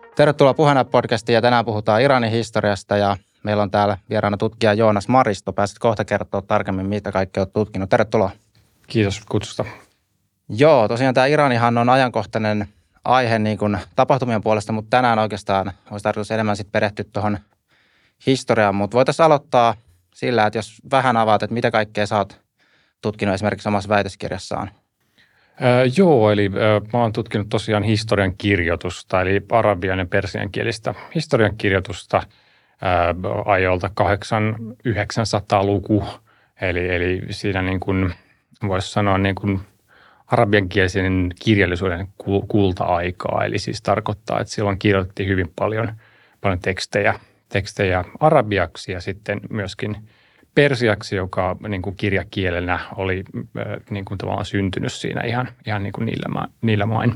Tervetuloa Puheena-podcastiin ja tänään puhutaan Iranin historiasta ja meillä on täällä vieraana tutkija Joonas Maristo. Pääset kohta kertoa tarkemmin, mitä kaikkea olet tutkinut. Tervetuloa. Kiitos kutsusta. Joo, tosiaan tämä Iranihan on ajankohtainen aihe niin kuin tapahtumien puolesta, mutta tänään oikeastaan olisi tarkoitus enemmän sitten perehtyä tuohon historiaan. Mutta voitaisiin aloittaa sillä, että jos vähän avaat, että mitä kaikkea sä oot tutkinut esimerkiksi omassa väitöskirjassaan. Joo, mä oon tutkinut tosiaan historian kirjoitusta, eli arabian ja persiankielistä historian kirjoitusta ajoilta 800-900-luku. Eli siinä niin kuin voisi sanoa niin kuin arabiankielisen kirjallisuuden kulta-aikaa. Eli siis tarkoittaa, että silloin kirjoitettiin hyvin paljon tekstejä arabiaksi ja sitten myöskin persiaksi, joka niin kuin kirjakielenä oli niin kuin tavallaan syntynyt siinä ihan niin kuin niillä main.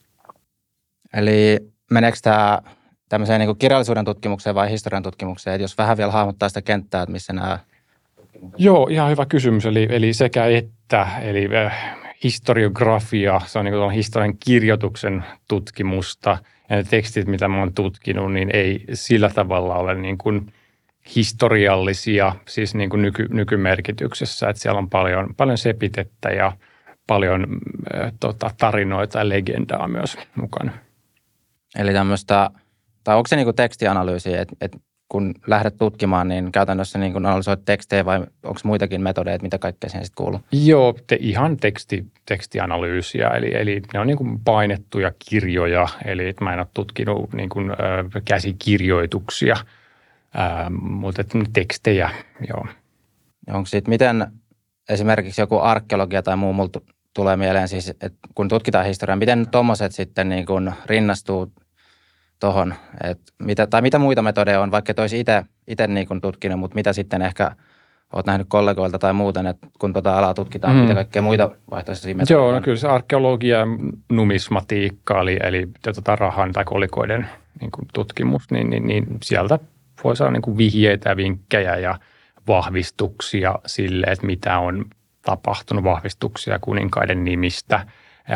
Eli meneekö tämä tämmöiseen niin kuin kirjallisuuden tutkimukseen vai historian tutkimukseen? Että jos vähän vielä hahmottaa sitä kenttää, että missä nämä... Joo, ihan hyvä kysymys. Eli sekä että, eli historiografia, se on niin kuin historian kirjoituksen tutkimusta. Ja ne tekstit, mitä mä oon tutkinut, niin ei sillä tavalla ole niin kuin historiallisia, siis niin kuin nykymerkityksessä, että siellä on paljon sepitettä ja paljon tarinoita ja legendaa myös mukana. Eli tämmöistä, tai onko se niin kuin tekstianalyysi, että kun lähdet tutkimaan, niin käytännössä niin kuin analysoit tekstejä vai onko muitakin metodeja, mitä kaikkea siihen sitten kuuluu? Joo, ihan tekstianalyysiä, eli ne on niin kuin painettuja kirjoja, eli mä en ole tutkinut niin kuin käsikirjoituksia, mutta tekstejä, joo. Onko sitten miten esimerkiksi joku arkeologia tai muu multa tulee mieleen, siis, että kun tutkitaan historiaa, miten tuommoiset sitten niin kuin rinnastuu tuohon, mitä muita metodeja on, vaikka et olisi itse niin kuin tutkinut, mutta mitä sitten ehkä olet nähnyt kollegoilta tai muuten, että kun tuota alaa tutkitaan, mitä kaikkea muita vaihtoehtoisia metodeja on? Joo, no kyllä se arkeologia ja numismatiikka, eli rahan tai kolikoiden niin kuin tutkimus, niin sieltä voi saada niin kuin vihjeitä ja vinkkejä ja vahvistuksia sille, että mitä on tapahtunut, vahvistuksia kuninkaiden nimistä,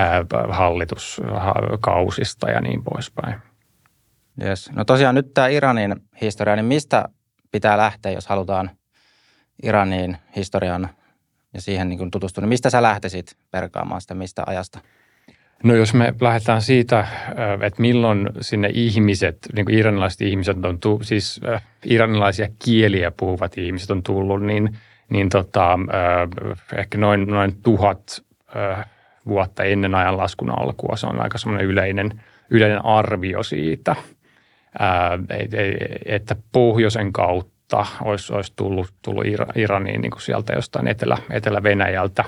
hallituskausista ja niin poispäin. Yes. No tosiaan nyt tämä Iranin historia, niin mistä pitää lähteä, jos halutaan Iranin historian ja siihen niin kuin tutustua, niin mistä sä lähtisit perkaamaan sitä, mistä ajasta? No jos me lähdetään siitä, että milloin sinne ihmiset, niin kuin iranilaiset ihmiset on siis iranilaisia kieliä puhuvat ihmiset on tullut, niin ehkä noin 1000 vuotta ennen ajanlaskun alkua. Se on aika semmoinen yleinen arvio siitä, että pohjoisen kautta olisi tullut Iraniin niin kuin sieltä jostain Etelä-Venäjältä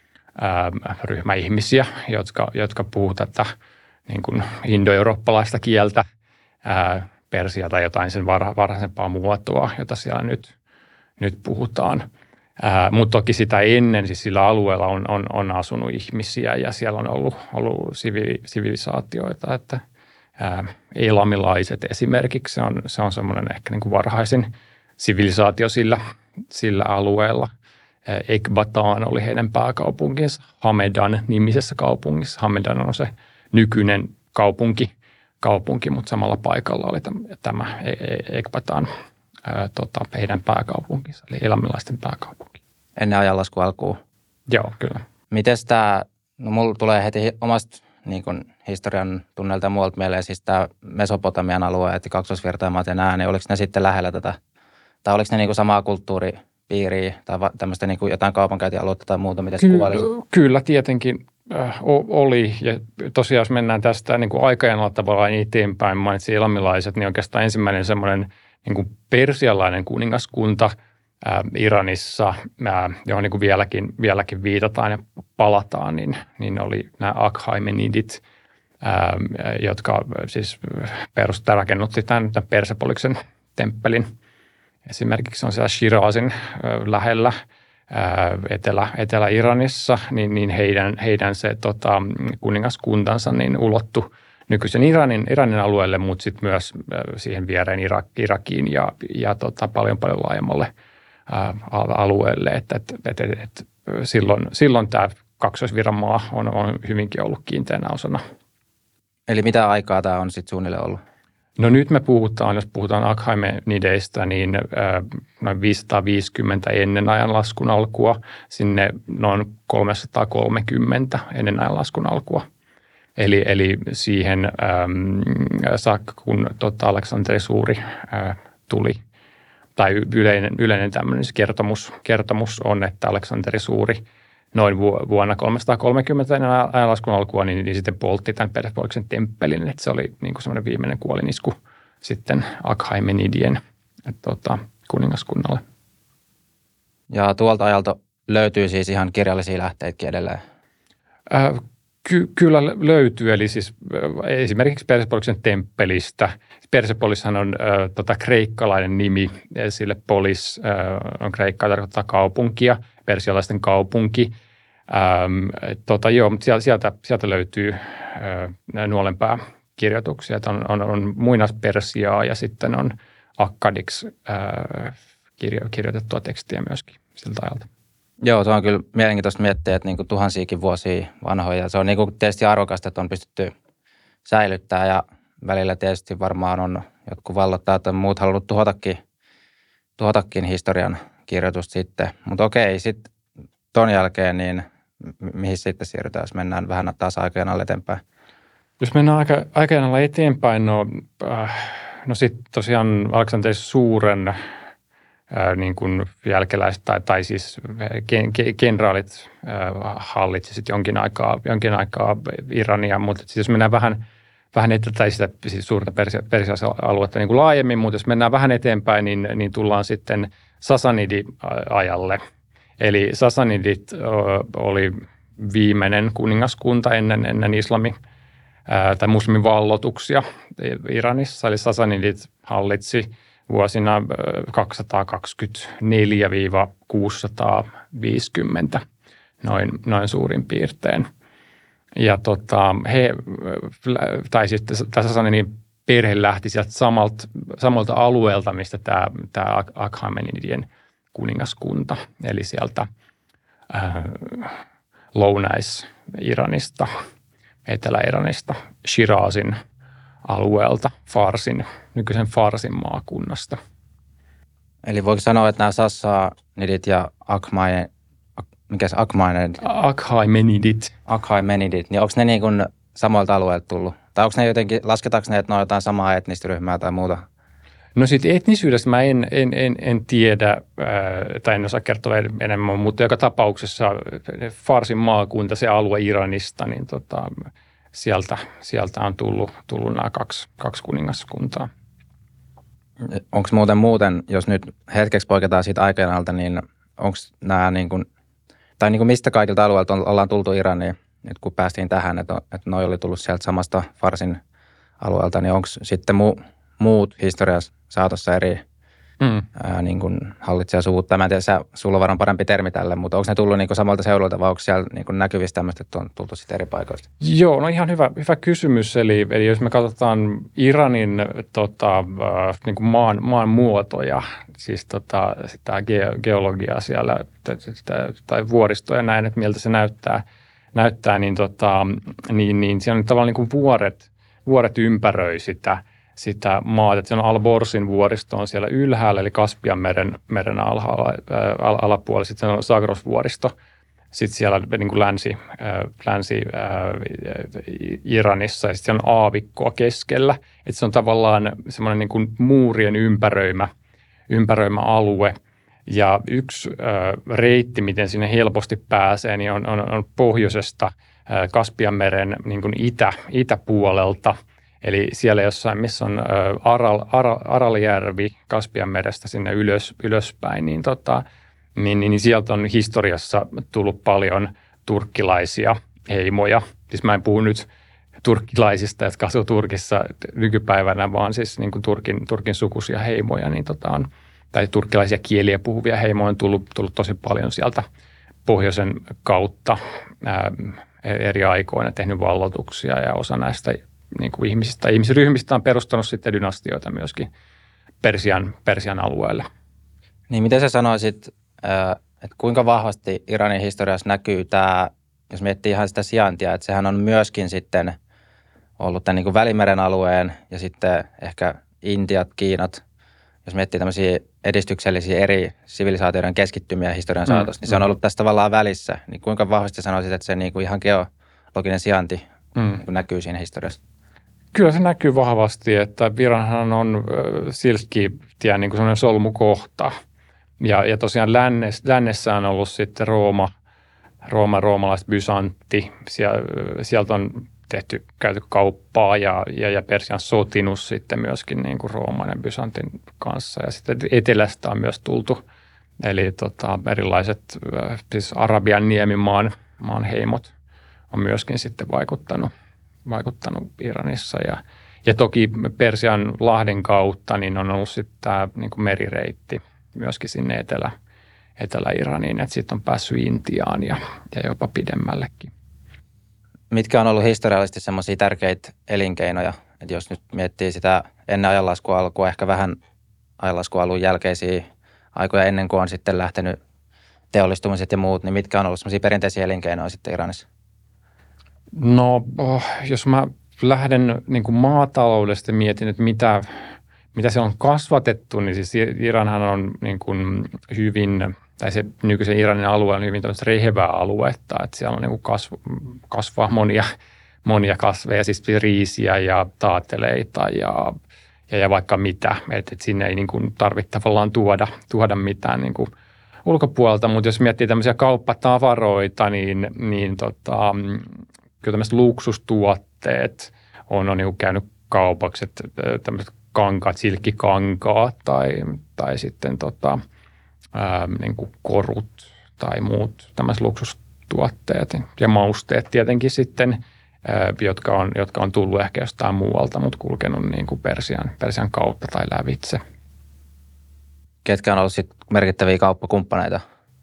ryhmä ihmisiä, jotka puhuu tätä niin kuin indoeurooppalaista kieltä, persia tai jotain sen varhaisempaa muotoa, jota siellä nyt puhutaan. Mutta toki sitä ennen, siis sillä alueella on asunut ihmisiä ja siellä on ollut sivilisaatioita, että elamilaiset esimerkiksi, se on semmoinen ehkä niin kuin varhaisin sivilisaatio sillä alueella. Ekbatan oli heidän pääkaupunkinsa, Hamedan nimisessä kaupungissa. Hamedan on se nykyinen kaupunki, mutta samalla paikalla oli tämä Ekbatan heidän pääkaupunkinsa, eli elamilaisten pääkaupunki. Ennen ajanlaskun alkuun. Joo, kyllä. Mites tämä, no mulla tulee heti omasta niin kuin historian tunnelta ja muualta mieleen siis tämä Mesopotamian alue, että Kaksoisvirtaimaat ja nämä, niin oliko ne sitten lähellä tätä, tai oliko ne niin kuin samaa kulttuuripiiriä tai tämmöistä niin kuin jotain kaupankäyntialuetta tai muuta, mitä se kuvailisi? Kyllä tietenkin oli, ja tosiaan jos mennään tästä niin kuin aikajanalla tavallaan eteenpäin, mainitsin elamilaiset, niin oikeastaan ensimmäinen semmoinen niin kuin persialainen kuningaskunta Iranissa, johon niin kuin vieläkin viitataan ja palataan, niin oli nämä Akhaimenidit, jotka siis rakennutti tämän Persepoliksen temppelin. Esimerkiksi on siellä Shirazin lähellä Etelä-Iranissa, niin heidän se kuningaskuntansa niin ulottui nykyisen Iranin alueelle, mutta sitten myös siihen viereen Irakiin ja paljon laajemmalle alueelle. Et silloin tämä Kaksoisvirranmaa on hyvinkin ollut kiinteänä osana. Eli mitä aikaa tämä on sitten suunnilleen ollut? No nyt me puhutaan, jos puhutaan Akhaimenidejstä, niin noin 550 ennen ajanlaskun alkua, sinne noin 330 ennen ajanlaskun alkua. Eli siihen saakka, kun Aleksanteri Suuri tuli, tai yleinen tämmöinen kertomus on, että Aleksanteri Suuri noin vuonna 330 ennen ajanlaskun alkua, niin sitten poltti tämän Persepoliksen temppelin, että se oli niin kuin semmoinen viimeinen kuolinisku sitten Akhaimenidien kuningaskunnalle. Ja tuolta ajalta löytyy siis ihan kirjallisia lähteitä edelleen. Kyllä löytyy, eli siis esimerkiksi Persepoliksen temppelistä. Persepolishan on kreikkalainen nimi, sille polis on kreikkaa, tarkoittaa kaupunkia, persialaisten kaupunki. Sieltä löytyy nuolenpää kirjoituksia, että on muinaispersiaa ja sitten on akkadiksi kirjoitettua tekstiä myöskin siltä ajalta. Joo, se on kyllä mielenkiintoista miettiä, että niin kuin tuhansiakin vuosia vanhoja. Se on niin kuin tietysti arvokasta, että on pystytty säilyttämään ja välillä tietysti varmaan on jotkut vallottajat ja muut halunnut tuhotakin historian kirjoitusta sitten. Mutta okei, sitten ton jälkeen, niin mihin sitten siirrytään, jos mennään vähän taas aikojen alle eteenpäin? Jos mennään aikojen alle eteenpäin, no sitten tosiaan Aleksanteri Suuren niin kuin jälkeläiset tai siis kenraalit hallitsi sitten jonkin aikaa Irania, mutta siis jos mennään vähän eteenpäin sitä siis suurta persialaisaluetta niin kuin laajemmin, mutta jos mennään vähän eteenpäin, niin tullaan sitten Sasanidi-ajalle. Eli Sasanidit oli viimeinen kuningaskunta ennen tai muslimin vallotuksia Iranissa, eli Sasanidit hallitsi vuosina 224-650 noin suurin piirtein. Ja tässä Sasanidin perhe lähti sieltä samalta alueelta, mistä tämä Akhaimenidien kuningaskunta, eli sieltä Lounais-Iranista, Etelä-Iranista, Shirazin alueelta, nykyisen Farsin maakunnasta. Eli voiko sanoa, että nämä Sassanidit ja Akhaimenidit, niin onko ne niin kuin samoilta alueilta tullut? Tai onko ne jotenkin, lasketaanko ne, että ne on jotain samaa etnistä ryhmää tai muuta? No sitten etnisyydestä mä en tiedä, tai en osaa kertoa enemmän, mutta joka tapauksessa Farsin maakunta, se alue Iranista, niin sieltä on tullut nämä kaksi kuningaskuntaa. Onko muuten, jos nyt hetkeksi poiketaan siitä aikajanalta, niin onko nämä niin kuin, tai niin kuin mistä kaikilta alueilta ollaan tultu Iraniin, nyt kun päästiin tähän, että noi oli tullut sieltä samasta Farsin alueelta, niin onko sitten muut historiassa saatossa eri niin kuin hallitsijasuvut? Mä en tiedä, sulla on varmaan parempi termi tälle, mutta onko ne tullut niin kuin samalta seudulta vai onko siellä niin kuin näkyvistä tämmöistä, että on tultu sitten eri paikoista? Joo, no ihan hyvä kysymys. Eli jos me katsotaan Iranin niin kuin maan muotoja, siis sitä geologiaa siellä tai vuoristoja näin, että miltä se näyttää niin siellä on tavallaan niin kuin vuoret ympäröi sitä maata. Että se on Alborsin vuoristo on siellä ylhäällä, eli Kaspian meren alapuolella. Sitten se on Zagros-vuoristo. Sitten siellä niin kuin länsi-Iranissa ja sitten se on aavikkoa keskellä. Että se on tavallaan semmoinen niin kuin muurien ympäröimä alue. Ja yksi reitti, miten sinne helposti pääsee, niin on pohjoisesta Kaspianmeren niin kuin itäpuolelta. Eli siellä jossain, missä on Araljärvi Kaspianmerestä sinne ylöspäin, niin sieltä on historiassa tullut paljon turkkilaisia heimoja. Siis mä en puhu nyt turkkilaisista, jotka asuu Turkissa nykypäivänä, vaan siis niin kuin Turkin sukuisia heimoja, tai turkkilaisia kieliä puhuvia heimoja on tullut tosi paljon sieltä pohjoisen kautta eri aikoina, tehnyt valloituksia ja osa näistä niin kuin ihmisryhmistä on perustanut sitten dynastioita myöskin Persian alueelle. Niin miten sä sanoisit, että kuinka vahvasti Iranin historiassa näkyy tämä, jos miettii ihan sitä sijaintia, että sehän on myöskin sitten ollut tämän niin kuin Välimeren alueen ja sitten ehkä Intiat, Kiinat. Jos miettii tämmöisiä edistyksellisiä eri sivilisaatioiden keskittymiä historian saatossa, niin se on ollut tässä tavallaan välissä. Niin kuinka vahvasti sanoisit, että se niin kuin ihan geologinen sijainti niin kuin näkyy siinä historiassa? Kyllä se näkyy vahvasti, että Iranhan on silkkitien niin kuin sellainen solmukohta. Ja tosiaan lännessä on ollut sitten roomalaiset Bysantti. Sieltä on käyty kauppaa ja Persian sotinus sitten myöskin niin kuin Rooman ja Bysantin kanssa. Ja sitten etelästä on myös tultu, eli erilaiset siis Arabian niemimaan heimot on myöskin sitten vaikuttanut Iranissa. Ja toki Persian lahden kautta niin on ollut sitten tämä niin kuin merireitti myöskin sinne Etelä-Iraniin, että sitten on päässyt Intiaan ja jopa pidemmällekin. Mitkä on ollut historiallisesti semmoisia tärkeitä elinkeinoja? Että jos nyt miettii sitä ennen ajanlaskua alkua, ehkä vähän ajanlaskua alun jälkeisiä aikoja ennen kuin on sitten lähtenyt teollistumiset ja muut, niin mitkä on ollut semmoisia perinteisiä elinkeinoja sitten Iranissa? No, jos mä lähden niin kuin maataloudesta mietin, että mitä se on kasvatettu, niin siis Iranhan on niin kuin hyvin, tai se nykyisen Iranin alue on hyvin tämmöistä rehevää aluetta, että siellä on niin kuin kasvaa monia kasveja, siis riisiä ja taateleita ja vaikka mitä, että sinne ei niin kuin tarvitse tavallaan tuoda mitään niin kuin ulkopuolelta, mutta jos miettii tämmöisiä kauppatavaroita, niin kyllä tämmöiset luksustuotteet on niin kuin käynyt kaupaksi, että tämmöiset kankaat, silkkikankaat tai sitten niin kuin korut tai muut tämmöiset luksustuotteet ja mausteet tietenkin sitten, jotka on tullut ehkä jostain muualta, mutta kulkenut niin kuin Persian kautta tai lävitse. Ketkä on ollut sitten merkittäviä kauppakumppaneita?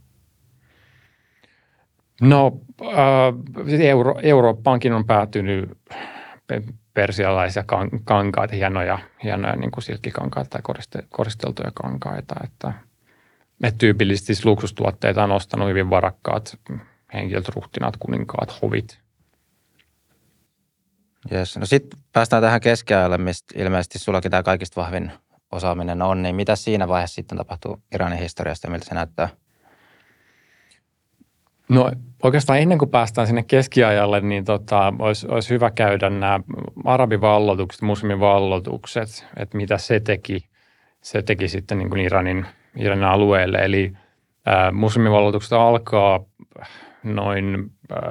No, Eurooppaankin on päätynyt persialaisia kankaita, hienoja niin kuin silkkikankaita tai koristeltuja kankaita. Että tyypillisesti luksustuotteita on ostanut hyvin varakkaat henkilöt, ruhtinaat, kuninkaat, hovit. Yes. No sitten päästään tähän keskiajalle, mistä ilmeisesti sullakin tämä kaikista vahvin osaaminen on. Niin mitä siinä vaiheessa sitten tapahtuu Iranin historiasta ja miltä se näyttää? No oikeastaan ennen kuin päästään sinne keskiajalle, niin olisi hyvä käydä nämä arabivalloitukset, muslimivalloitukset, että mitä se teki sitten niin kuin Iranin alueelle. Eli muslimivalloitukset alkaa noin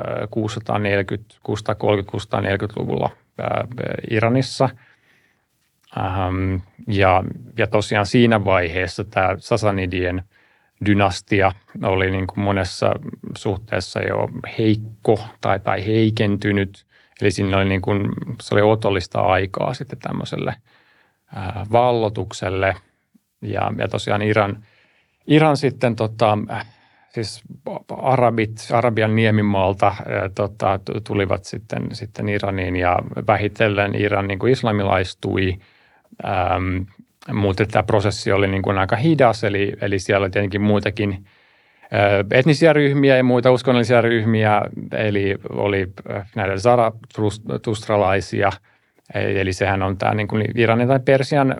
630-640-640-luvulla Iranissa. Ja tosiaan siinä vaiheessa tämä Sasanidien dynastia oli niin kuin monessa suhteessa jo heikko tai heikentynyt. Eli siinä oli se oli otollista aikaa sitten tämmöiselle vallotukselle. Ja tosiaan Iran sitten siis Arabian niemimaalta tulivat sitten Iraniin ja vähitellen Iran niin kuin islamilaistui. Mutta tämä prosessi oli niin kuin aika hidas, eli siellä oli tietenkin muitakin etnisiä ryhmiä ja muita uskonnollisia ryhmiä, eli oli näitä zaratustralaisia, eli sehän on tämä niin kuin Iranin tai Persian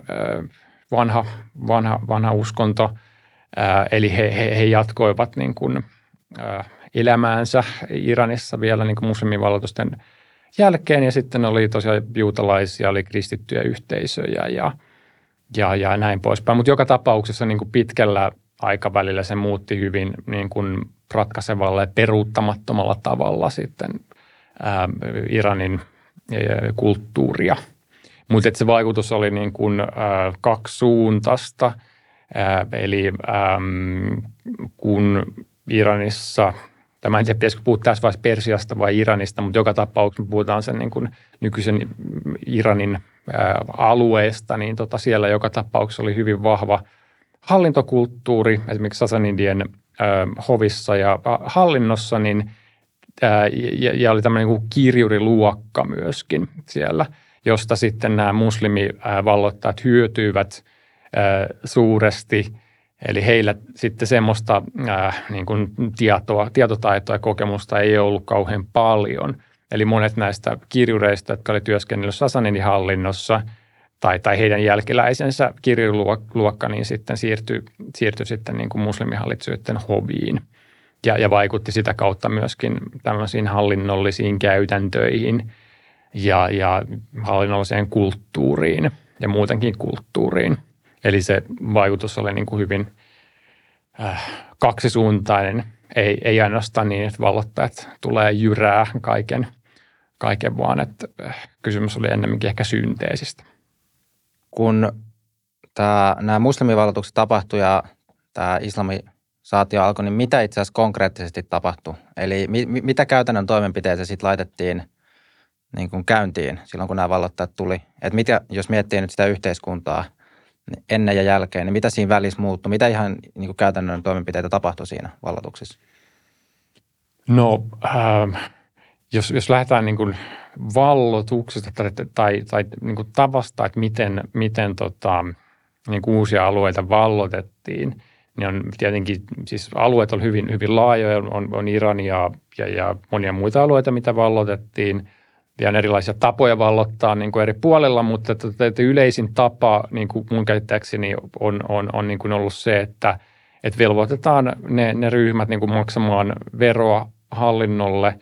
vanha uskonto, eli he jatkoivat niin kuin elämäänsä Iranissa vielä niin kuin muslimivalloitusten jälkeen, ja sitten oli tosiaan juutalaisia, oli kristittyjä yhteisöjä ja näin poispäin. Mutta joka tapauksessa niin kuin pitkällä aikavälillä se muutti hyvin niin kuin ratkaisevalla ja peruuttamattomalla tavalla sitten Iranin kulttuuria. Mutta se vaikutus oli niin kuin kaksisuuntaista. Eli kun Iranissa, tämä en tiedä, pitäisikö puhua tässä vaiheessa Persiasta vai Iranista, mutta joka tapauksessa puhutaan sen niin kuin nykyisen Iranin alueesta, niin siellä joka tapauksessa oli hyvin vahva hallintokulttuuri, esimerkiksi Sasanidien hovissa ja hallinnossa, niin, ja oli tämmöinen niin kuin kirjuriluokka myöskin siellä, josta sitten nämä muslimivalloittajat hyötyivät suuresti. Eli heillä sitten semmoista niin kuin tietotaitoa ja kokemusta ei ollut kauhean paljon. Eli monet näistä kirjureista, jotka oli työskennellyt Sasanidin hallinnossa tai heidän jälkeläisensä kirjuruluokka, niin sitten siirtyi sitten niin kuin muslimihallitsijoiden hoviin ja vaikutti sitä kautta myöskin tämmöisiin hallinnollisiin käytäntöihin ja hallinnolliseen kulttuuriin ja muutenkin kulttuuriin. Eli se vaikutus oli niin kuin hyvin kaksisuuntainen. Ei ainoastaan niin, että vallottajat tulee jyrää kaiken vaan, että kysymys oli ennemminkin ehkä synteesistä. Kun nämä muslimivalloitukset tapahtui ja tämä islamisaatio alkoi, niin mitä itse asiassa konkreettisesti tapahtui? Eli mitä käytännön toimenpiteitä sitten laitettiin niin kuin käyntiin silloin, kun nämä vallottajat tuli? Että mitä, jos miettii nyt sitä yhteiskuntaa niin ennen ja jälkeen, niin mitä siinä välissä muuttui? Mitä ihan niin kuin käytännön toimenpiteitä tapahtui siinä valloituksessa? No, jos lähdetään niin kuin valloituksesta tai niin kuin tavasta, että miten niin kuin uusia alueita vallotettiin, niin on tietenkin, siis alueet on hyvin laajoja, on Irania ja monia muita alueita, mitä vallotettiin, ja on erilaisia tapoja vallottaa niin kuin eri puolella, mutta että yleisin tapa niin kuin mun käsittääkseni on niin kuin ollut se, että velvoitetaan ne ryhmät niin kuin maksamaan veroa hallinnolle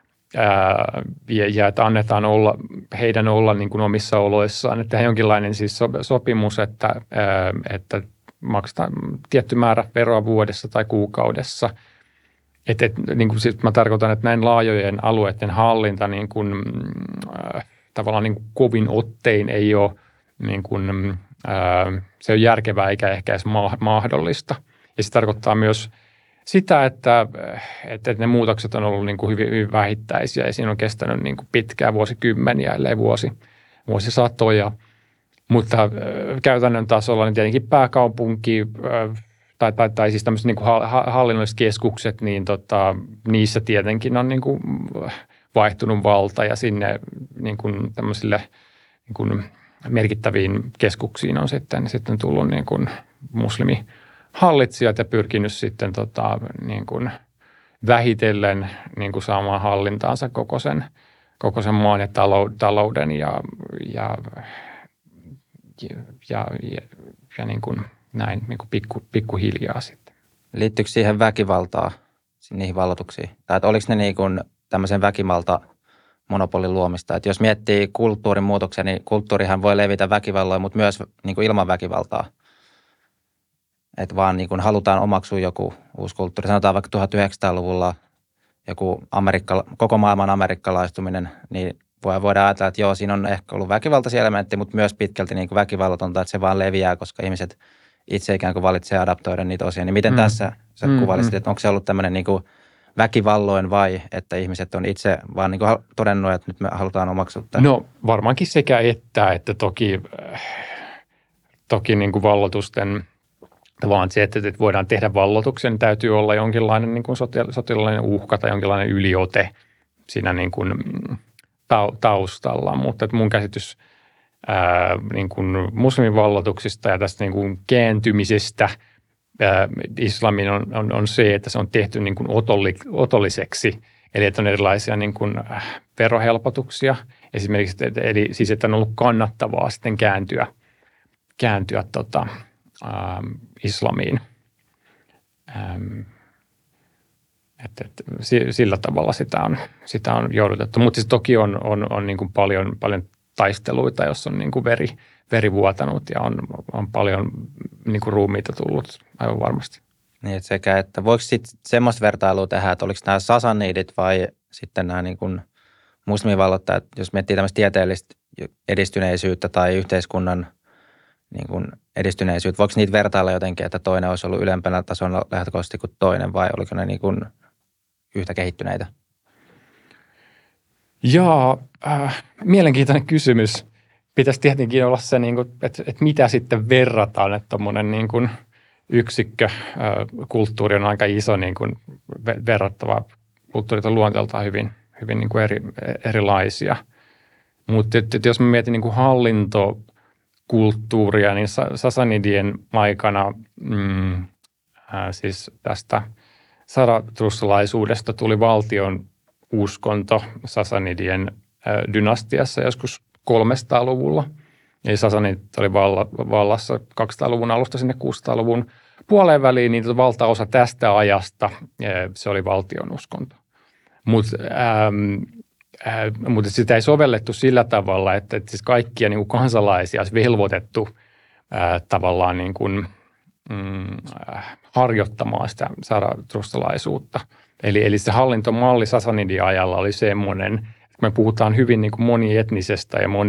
ja että annetaan heidän olla niin kuin omissa oloissaan, että jonkinlainen siis sopimus, että maksetaan tietty määrä veroa vuodessa tai kuukaudessa. Niin kuin siis mä tarkoitan, että näin laajojen alueiden hallinta niin kuin, tavallaan niin kuin kovin ottein ei ole, niin kuin, se on järkevää eikä ehkä edes mahdollista. Ja se tarkoittaa myös sitä, että ne muutokset on ollut niin kuin hyvin vähittäisiä ja siinä on kestänyt niin kuin pitkään vuosikymmeniä, ellei vuosisatoja. Mutta käytännön tasolla niin tietenkin pääkaupunki tai siis tämmöiset niin kuin hallinnolliset keskukset, niin niissä tietenkin on niin kuin vaihtunut valta ja sinne niin kuin tämmöisille niin kuin merkittäviin keskuksiin on sitten tullut niin kuin muslimihallitsijat ja pyrkinyt sitten niin kuin vähitellen niin kuin saamaan hallintaansa koko sen maan ja talouden ja niin kuin näin niin kuin pikkuhiljaa sitten. Liittyykö siihen väkivaltaa, niihin valloituksiin? Tai että oliko ne niin kuin tämmöisen väkivaltamonopolin luomista? Että jos miettii kulttuurin muutoksia, niin kulttuurihan voi levitä väkivalloin, mutta myös niin kuin ilman väkivaltaa. Että vaan niin kuin halutaan omaksua joku uusi kulttuuri. Sanotaan vaikka 1900-luvulla joku koko maailman amerikkalaistuminen, niin voidaan ajatella, että joo, siinä on ehkä ollut väkivaltaisia elementtejä, mutta myös pitkälti niin kuin väkivallatonta, että se vaan leviää, koska ihmiset itse ikään kuin valitsee adaptoida niitä osia. Niin miten tässä sä kuvailisit, että onko se ollut tämmöinen niin kuin väkivalloin vai että ihmiset on itse vaan niin kuin todennut, että nyt me halutaan omaksua tämän? No varmaankin sekä että toki niin kuin vallotusten, vaan se, että voidaan tehdä vallotuksen, niin täytyy olla jonkinlainen niin kuin sotilaallinen uhka tai jonkinlainen yliote siinä niin kuin taustalla, mutta mun käsitys niin kuin muslimin vallotuksista ja tästä niin kuin kääntymisestä islamin on se, että se on tehty niin kuin otolliseksi, eli että on erilaisia niin kuin verohelpotuksia esimerkiksi, eli siis että on ollut kannattavaa sitten kääntyä islamiin. Sillä tavalla sitä on joudutettu, mutta siis toki on niin kuin paljon taisteluita, jos on niin kuin veri vuotanut ja on paljon niin kuin ruumiita tullut aivan varmasti. Niin, että sekä, että voiko sitten semmoista vertailua tehdä, että oliko nämä sasanidit vai sitten nämä niin kuin muslimivallottajat, jos miettii tämmöistä tieteellistä edistyneisyyttä tai yhteiskunnan niin kuin edistyneisyyttä, voiko niitä vertailla jotenkin, että toinen olisi ollut ylempänä tasolla lähtökohtaisesti kuin toinen vai oliko ne niin kuin yhtä kehittyneitä? Jaa, mielenkiintoinen kysymys. Pitäisi tietenkin olla se, niin kuin, että mitä sitten verrataan, että tuommoinen niin kuin yksikkökulttuuri on aika iso niin kuin verrattava. Kulttuurit on luonteeltaan hyvin niin kuin erilaisia. Mutta jos mä mietin niin kuin hallintokulttuuria, niin Sasanidien aikana siis tästä saratrustalaisuudesta tuli valtion uskonto Sasanidien dynastiassa joskus 300-luvulla. Eli Sasanit oli vallassa 200-luvun alusta sinne 600-luvun puoleen väliin, niin valtaosa tästä ajasta se oli valtionuskonto. Mutta sitä ei sovellettu sillä tavalla, että siis kaikkia niin kuin kansalaisia olisi velvoitettu tavallaan niin kuin, harjoittamaan sitä zaratrustalaisuutta. Eli se hallintomalli Sasanidin ajalla oli semmoinen, että me puhutaan hyvin niin kuin monietnisestä ja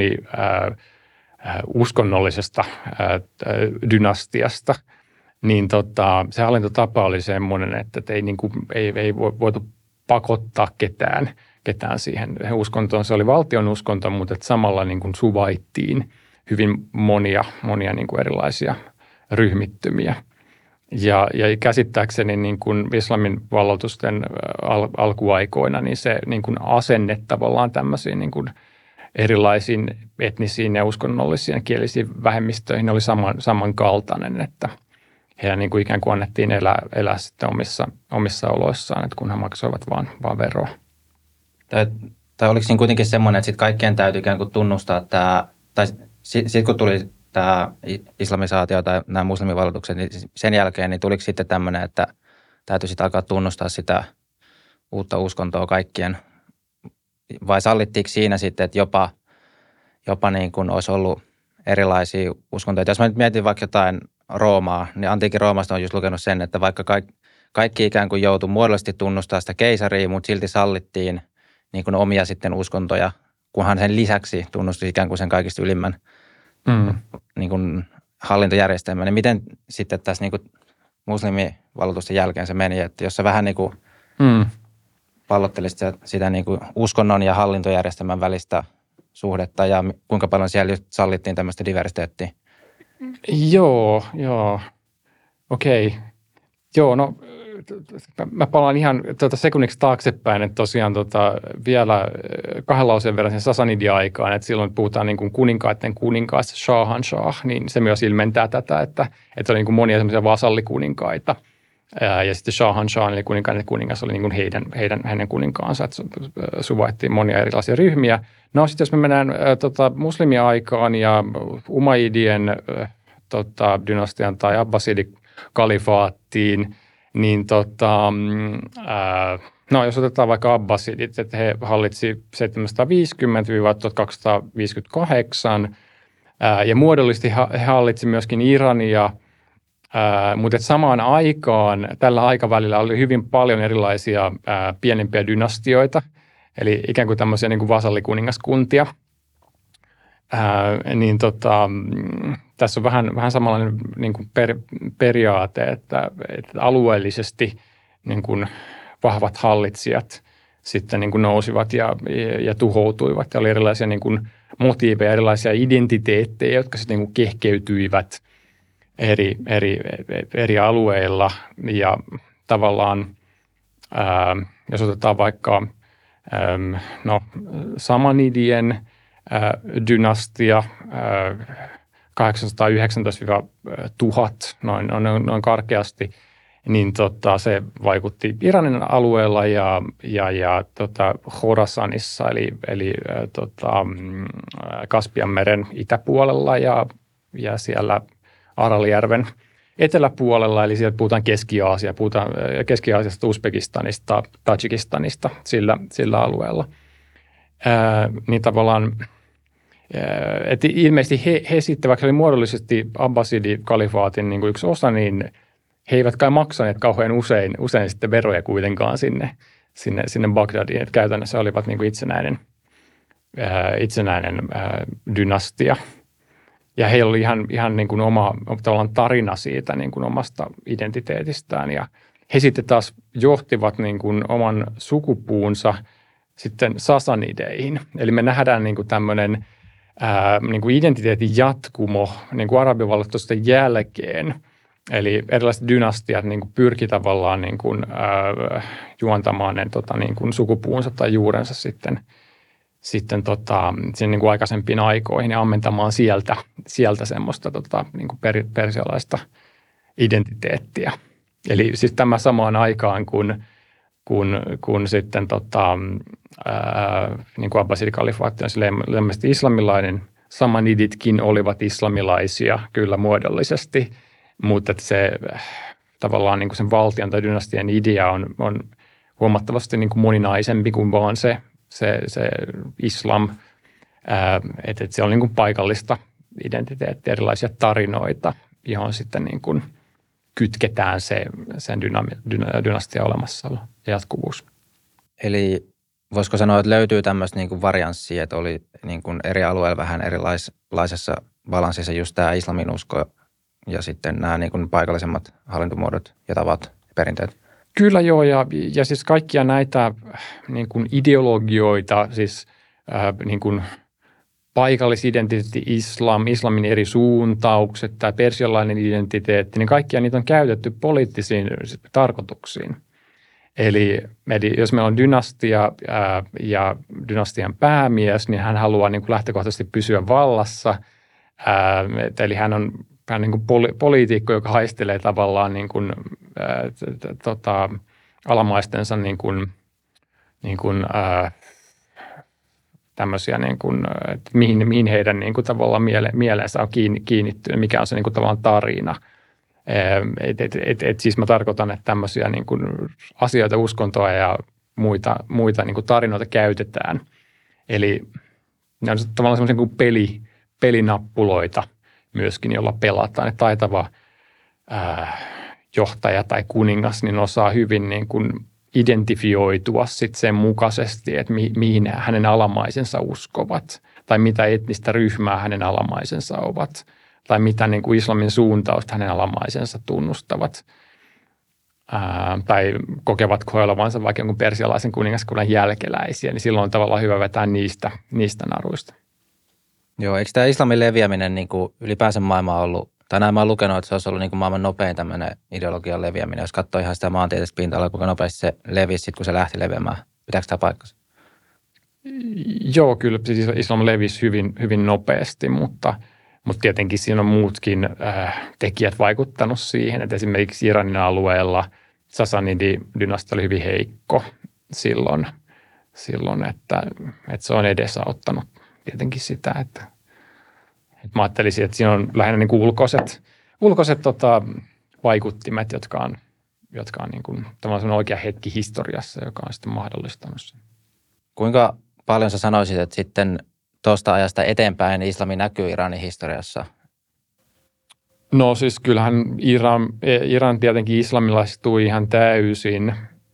uskonnollisesta dynastiasta, niin se hallintotapa oli semmoinen, että ei voitu pakottaa ketään siihen uskontoon. Se oli valtion uskonto, mutta samalla niin kuin suvaittiin hyvin monia niin kuin erilaisia ryhmittymiä. Ja käsittääkseni niin kuin islamin valloitusten alkuaikoina, niin se niin kuin asenne tavallaan tämmöisiin niin kuin erilaisiin etnisiin ja uskonnollisiin ja kielisiin vähemmistöihin oli samankaltainen, että heidän niin kuin ikään kuin annettiin elää sitten omissa oloissaan, että kun he maksoivat vaan veroa. Tai oliko siinä kuitenkin semmoinen, että sitten kaikkien täytyy ikään kuin tunnustaa tämä, tai sitten kun tuli tämä islamisaatio tai nämä muslimivalloitukset, niin sen jälkeen niin tuliko sitten tämmöinen, että täytyy sitten alkaa tunnustaa sitä uutta uskontoa kaikkien, vai sallittiinko siinä sitten, että jopa niin kuin olisi ollut erilaisia uskontoja. Jos mä nyt mietin vaikka jotain Roomaa, niin antiikin Roomasta on just lukenut sen, että vaikka kaikki ikään kuin joutui muodollisesti tunnustamaan sitä keisaria, mutta silti sallittiin niin kuin omia sitten uskontoja, kunhan sen lisäksi tunnusti ikään kuin sen kaikista ylimmän niin kuin hallintojärjestelmän. Niin miten sitten tässä niin kuin muslimivalloitusten jälkeen se meni, että jos sä vähän niin kuin pallottelisit sitä niin kuin uskonnon ja hallintojärjestelmän välistä suhdetta ja kuinka paljon siellä just sallittiin tämmöistä diversiteettiä? Joo. Okei. Joo, no mä palaan ihan sekunniksi taaksepäin, että tosiaan vielä 2 lauseen verran sen Sasanidi-aikaan, että silloin puhutaan niin kuin kuninkaiden kuninkaasta, Shahanshah, niin se myös ilmentää tätä, että oli niin kuin monia semmoisia vasallikuninkaita. Ja sitten Shahanshah, eli kuninkaiden kuningas, oli niin kuin hänen kuninkaansa, että suvaittiin monia erilaisia ryhmiä. No sitten jos me mennään muslimiaikaan ja Umayyadien dynastian tai Abbasidikalifaattiin, niin jos otetaan vaikka Abbasidit, että he hallitsi 750-1258 ja muodollisesti he hallitsi myöskin Irania, mutta samaan aikaan tällä aikavälillä oli hyvin paljon erilaisia pienempiä dynastioita, eli ikään kuin tämmöisiä niin kuin vasallikuningaskuntia. Tässä on vähän samanlainen niin kuin periaate, että alueellisesti niin kuin vahvat hallitsijat sitten niin kuin nousivat ja tuhoutuivat. Ja oli erilaisia niin kuin motiiveja, erilaisia identiteettejä, jotka sitten niin kuin kehkeytyivät eri alueilla. Ja tavallaan, jos otetaan vaikka Samanidien dynastia 819-1000 noin karkeasti, niin se vaikutti Iranin alueella ja Khorasanissa eli Kaspianmeren itäpuolella ja siellä Araljärven eteläpuolella, eli sieltä puhutaan Keski-Aasiasta, Uzbekistanista, Tadžikistanista sillä alueella. Niin tavallaan, että ilmeisesti he sitten, vaikka se oli muodollisesti Abbasidi-kalifaatin niin kuin yksi osa, niin he eivät kai maksaneet kauhean usein sitten veroja kuitenkaan sinne Bagdadiin, että käytännössä olivat niin kuin itsenäinen dynastia. Ja heillä oli ihan niin kuin oma tavallaan tarina siitä niin kuin omasta identiteetistään. Ja he sitten taas johtivat niin kuin oman sukupuunsa sitten Sasanideihin. Eli me nähdään niin kuin tämmöinen niin kuin identiteetin jatkumo niin kuin arabivalloitusten jälkeen. Eli erilaiset dynastiat niin kuin pyrki tavallaan niin kuin, juontamaan ne niin kuin sukupuunsa tai juurensa sitten sen niin kuin aikaisempiin aikoihin ja ammentamaan sieltä semmoista niin kuin persialaista identiteettiä. Eli siis tämä samaan aikaan, kun kun sitten niin kuin Abbasidikalifaatti on ilmeisesti islamilainen. Samaniditkin olivat islamilaisia kyllä muodollisesti, mutta että se tavallaan niin kuin sen valtion tai dynastian idea on huomattavasti niin kuin moninaisempi kuin vaan se islam. Että se on niin kuin paikallista identiteettiä, erilaisia tarinoita, johon sitten niin kuin kytketään sen dynastian olemassaolo ja jatkuvuus. Eli voisiko sanoa, että löytyy tämmöistä niin kuin varianssia, että oli niin kuin eri alueilla vähän erilaisessa balanssissa just tämä islamin usko ja sitten nämä niin kuin paikallisemmat hallintomuodot ja tavat ja perinteet? Kyllä joo, ja siis kaikkia näitä niin kuin ideologioita, siis niin kuin paikallisidentiteetti, islamin eri suuntaukset, tämä persialainen identiteetti, niin kaikkia niitä on käytetty poliittisiin tarkoituksiin. Eli jos meillä on dynastia ja dynastian päämies, niin hän haluaa niin kuin lähtökohtaisesti pysyä vallassa. Eli hän on niin kuin poliitikko, joka haistelee tavallaan niin kuin, alamaistensa niin kuin, tämmöisiä, niin kuin, että mihin heidän niin kuin, tavallaan mieleensä on kiinnittynyt, mikä on se niin kuin, tavallaan tarina. Siis mä tarkoitan, että tämmöisiä niin kuin asioita, uskontoa ja muita niin kuin tarinoita käytetään. Eli ne on tavallaan semmoisia kuin pelinappuloita myöskin, jolla pelataan. Että taitava johtaja tai kuningas niin osaa hyvin niin kuin identifioitua sit sen mukaisesti, että mihin hänen alamaisensa uskovat tai mitä etnistä ryhmää hänen alamaisensa ovat. Tai mitä niin kuin islamin suuntausta hänen alamaisensa tunnustavat. Tai kokevatko he olevansa vaikka jonkun persialaisen kuningaskunnan jälkeläisiä, niin silloin on tavallaan hyvä vetää niistä naruista. Joo, eikö tämä islamin leviäminen niin kuin ylipäänsä maailmaa ollut, tai näin mä oon lukenut, että se olisi ollut niin kuin maailman nopein tämmöinen ideologian leviäminen, jos katsoo ihan sitä maantieteellistä pinta-alaa, kuinka nopeasti se levisi sitten, kun se lähti leviämään. Pitääkö tämä paikkansa? Joo, kyllä siis islam levisi hyvin, hyvin nopeasti, mutta tietenkin siinä on muutkin tekijät vaikuttanut siihen, että esimerkiksi Iranin alueella Sasanidi-dynastia oli hyvin heikko silloin että se on edesauttanut tietenkin sitä, että mä ajattelisin, että siinä on lähinnä niin kuin ulkoiset vaikuttimet, jotka on niin kuin tavallaan oikea hetki historiassa, joka on sitten mahdollistanut sen. Kuinka paljon sä sanoisit, että sitten tuosta ajasta eteenpäin islami näkyy Iranin historiassa? No siis kyllähän Iran tietenkin islamilaistui ihan täysin.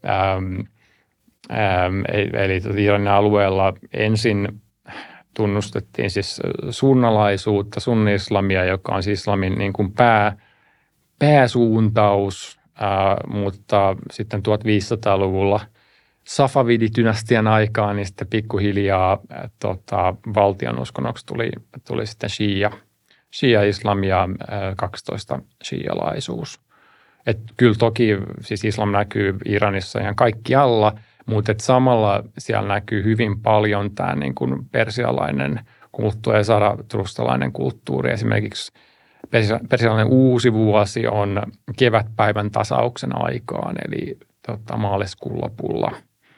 Eli Iranin alueella ensin tunnustettiin siis sunnalaisuutta, sunni-islamia, joka on siis islamin niin kuin pääsuuntaus, mutta sitten 1500-luvulla Safavididynastian aikaan, niin sitten pikkuhiljaa valtionuskonnoksi tuli sitten shia-islam ja 12 shialaisuus. Et kyllä toki siis islam näkyy Iranissa ihan kaikkialla, mutta samalla siellä näkyy hyvin paljon tämä niin kuin persialainen kulttuuri ja zaratrustalainen kulttuuri. Esimerkiksi persialainen uusi vuosi on kevätpäivän tasauksen aikaan, eli maaliskuun lopulla.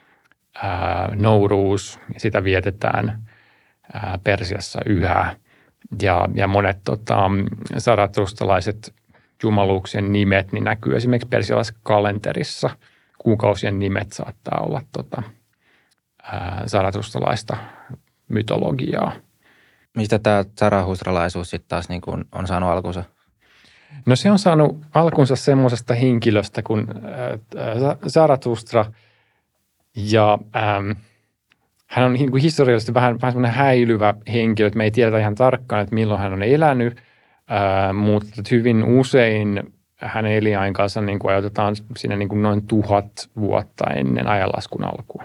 Nowruz, sitä vietetään Persiassa yhä. Ja monet zaratrustalaiset jumaluuksien nimet niin näkyy esimerkiksi persialaisessa kalenterissa. Kuukausien nimet saattaa olla zaratrustalaista mytologiaa. Mistä tämä zarahustralaisuus sitten taas niin kuin on saanut alkunsa? No se on saanut alkunsa semmoisesta henkilöstä kuin Zarathustra. Ja hän on niin kuin historiallisesti vähän semmoinen häilyvä henkilö, että me ei tiedetä ihan tarkkaan, että milloin hän on elänyt, mutta hyvin usein hänen elinaikaansa niin kuin ajoitetaan sinne niin kuin noin 1000 vuotta ennen ajanlaskun alkua.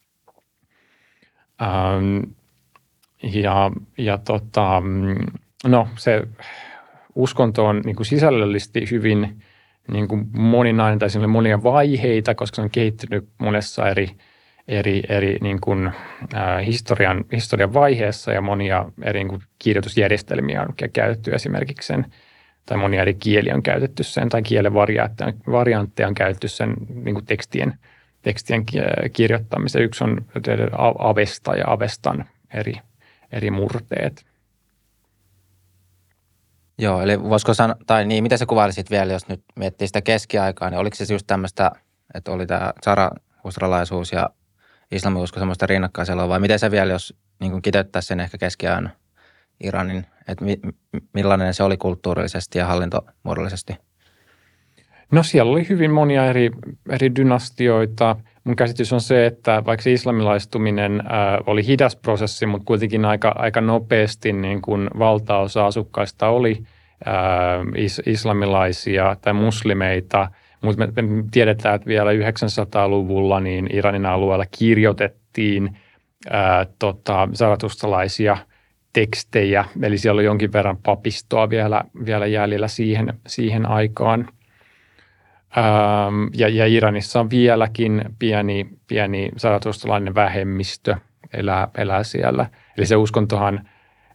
Se uskonto on niin kuin sisällöllisesti hyvin niin kuin moninainen tai siinä on monia vaiheita, koska se on kehittynyt monessa eri niin kuin, historian vaiheessa ja monia eri niin kuin kirjoitusjärjestelmiä on käytetty esimerkiksi sen, tai monia eri kieliä on käytetty sen, tai kielen variantteja on käytetty sen niin kuin tekstien kirjoittamiseen. Yksi on Avesta ja Avestan eri murteet. Joo, eli voisiko sanoa, tai niin, miten sä kuvailisit vielä, jos nyt miettii sitä keskiaikaa, niin oliko se just tämmöistä, että oli tämä zarahustralaisuus ja islamiusko semmoista rinnakkaiseloa, vai miten se vielä, jos niin kuin kiteyttäisi sen ehkä keskiajan Iranin, että millainen se oli kulttuurillisesti ja hallintomuodollisesti? No siellä oli hyvin monia eri dynastioita. Mun käsitys on se, että vaikka se islamilaistuminen oli hidas prosessi, mutta kuitenkin aika nopeasti niin kuin valtaosa asukkaista oli islamilaisia tai muslimeita. Mutta me tiedetään, että vielä 900-luvulla niin Iranin alueella kirjoitettiin zaratustalaisia tekstejä, eli siellä oli jonkin verran papistoa vielä jäljellä siihen aikaan. Ja Iranissa on vieläkin pieni zaratustalainen vähemmistö elää siellä. Eli se uskontohan,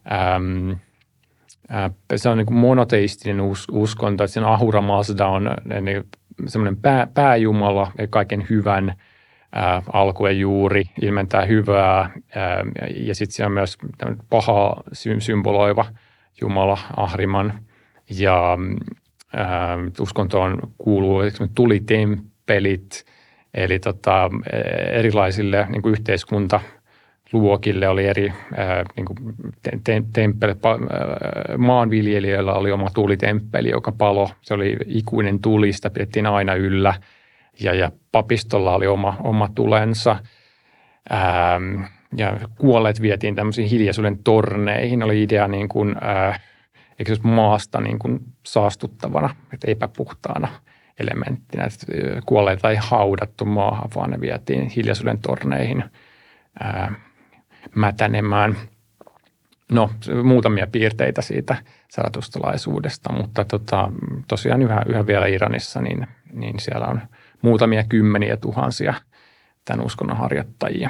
se on niin kuin monoteistinen uskonto, että siinä Ahura Mazda on semmoinen pääjumala ja kaiken hyvän alku ja juuri, ilmentää hyvää. Ja sitten siellä on myös pahaa symboloiva jumala Ahriman. Ja uskontoon kuuluu tulitemppelit, eli erilaisille niin kuin yhteiskuntaluokille oli eri niin kuin temppelit. Maanviljelijöillä oli oma tulitemppeli, joka palo. Se oli ikuinen tuli, sitä pidettiin aina yllä. Ja papistolla oli oma tulensa. Ja kuolleet vietiin tämmöisiin hiljaisuuden torneihin. Oli idea niin kuin eikö se maasta niin kuin saastuttavana, että epäpuhtaana elementtinä. Että kuolleita ei haudattu maahan, vaan ne vietiin hiljaisuuden torneihin mätänemään. No, muutamia piirteitä siitä zaratustalaisuudesta, mutta tosiaan yhä vielä Iranissa, niin siellä on muutamia kymmeniä tuhansia tämän uskonnon harjoittajia.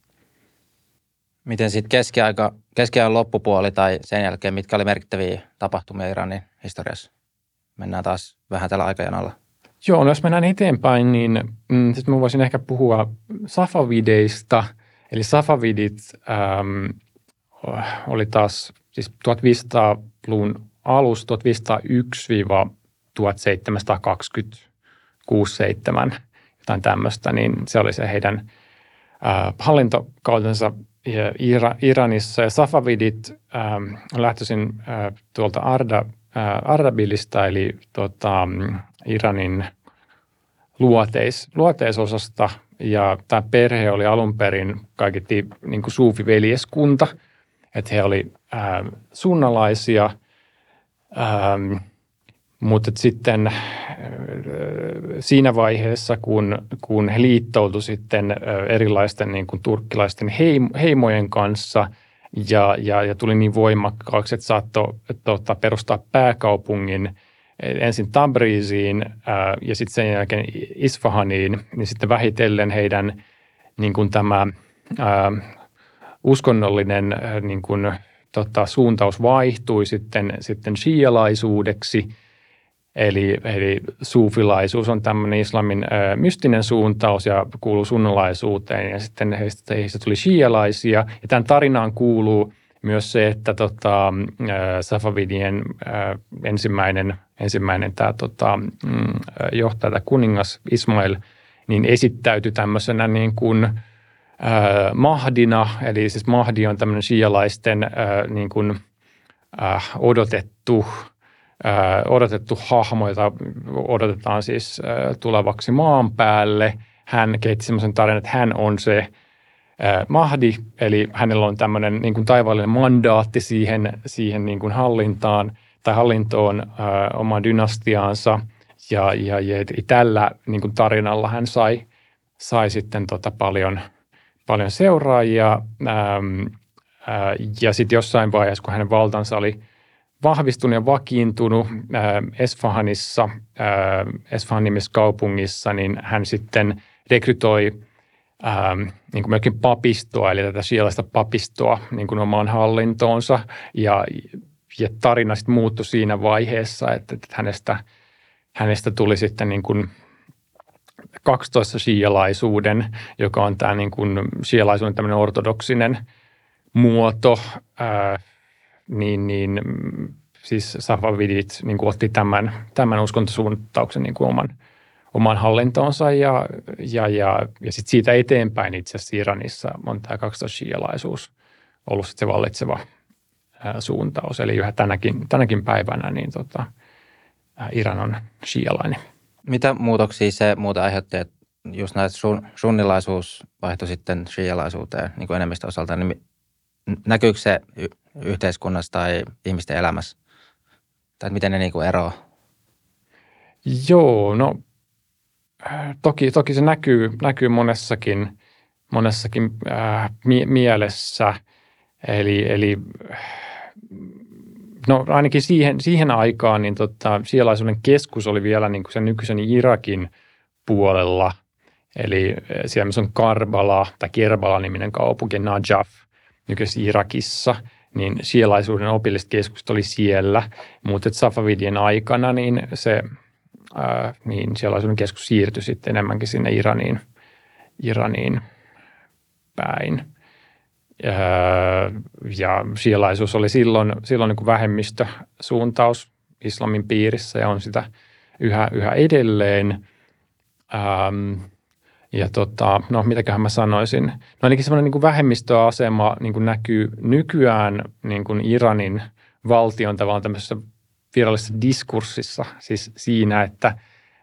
Miten sitten keskiajan loppupuoli tai sen jälkeen, mitkä oli merkittäviä tapahtumia Iranin historiassa? Mennään taas vähän tällä aikajanalla. Joo, no jos mennään eteenpäin, niin sitten mä voisin ehkä puhua safavideista. Eli safavidit oli taas siis 1500-luvun alusta 1501-1726-7, jotain tämmöistä, niin se oli se heidän hallintokautensa Iranissa. Ja safavidit on lähtöisin tuolta Ardabilista, eli Iranin luoteisosasta. Ja tämä perhe oli alun perin kaiketi niin kuin suufiveljeskunta, että he oli sunnalaisia, mutta sitten siinä vaiheessa, kun he liittoutuivat sitten erilaisten niin kuin turkkilaisten heimojen kanssa ja tuli niin voimakkaaksi, että saattoi perustaa pääkaupungin ensin Tabriziin ja sitten sen jälkeen Isfahaniin, niin sitten vähitellen heidän niin kuin tämä uskonnollinen niin kuin, suuntaus vaihtui sitten shialaisuudeksi. Eli suufilaisuus on tämmöinen islamin mystinen suuntaus ja kuuluu sunnalaisuuteen, ja sitten heistä tuli shialaisia. Ja tämän tarinaan kuuluu myös se, että Safavidien ensimmäinen tämä johtaja, tämä kuningas Ismail, niin esittäytyi tämmöisenä niin kuin Mahdina, eli siis Mahdi on tämmöinen shialaisten niin kuin odotettu hahmo, jota odotetaan siis tulevaksi maan päälle. Hän kehitti semmoisen tarinan, että hän on se Mahdi, eli hänellä on tämmöinen niin kuin taivaallinen mandaatti siihen niin kuin hallintoon omaan dynastiaansa. Ja tällä niin kuin tarinalla hän sai sitten paljon seuraajia. Ja sitten jossain vaiheessa, kun hänen valtansa oli vahvistunut ja vakiintunut Esfahan nimisessä kaupungissa, niin hän sitten rekrytoi niin kuin myöskin papistoa, eli tätä shialaista papistoa niin kuin omaan hallintoonsa. Ja tarina sitten muuttui siinä vaiheessa, että hänestä tuli sitten niin kuin 12 shialaisuuden, joka on tämä niin kuin shialaisuuden tämmöinen ortodoksinen muoto, siis safavidit niin kuin otti tämän uskontosuuntauksen niin kuin oman hallintoonsa ja sitten siitä eteenpäin itse asiassa Iranissa on tämä 12 shialaisuus ollut sitten se vallitseva suuntaus. Eli yhä tänäkin päivänä niin Iran on shialainen. Mitä muutoksia se muuten aiheutti, että just näitä sunnilaisuus vaihtui sitten shialaisuuteen niin kuin enemmistön osalta, niin näkyykö se yhteiskunnassa tai ihmisten elämässä? Tai miten ne niin kuin eroaa? Joo, no toki se näkyy monessakin mielessä. Eli no ainakin siihen aikaan niin shialaisuuden keskus oli vielä niin kuin sen nykyisen Irakin puolella. Eli siellä missä on Kerbala-niminen kaupunki, Najaf, nykyisessä Irakissa, niin shialaisuuden opilliset keskukset oli siellä. Mutta Safavidien aikana niin niin shialaisuuden keskus siirtyi sitten enemmänkin sinne Iraniin päin. Ja shialaisuus oli silloin niin kuin vähemmistösuuntaus islamin piirissä ja on sitä yhä edelleen. No mitäköhän mä sanoisin. No ainakin semmoinen niin kuin vähemmistöasema niin kuin näkyy nykyään niin kuin Iranin valtion tavallaan tämmöisessä virallisessa diskurssissa, siis siinä, että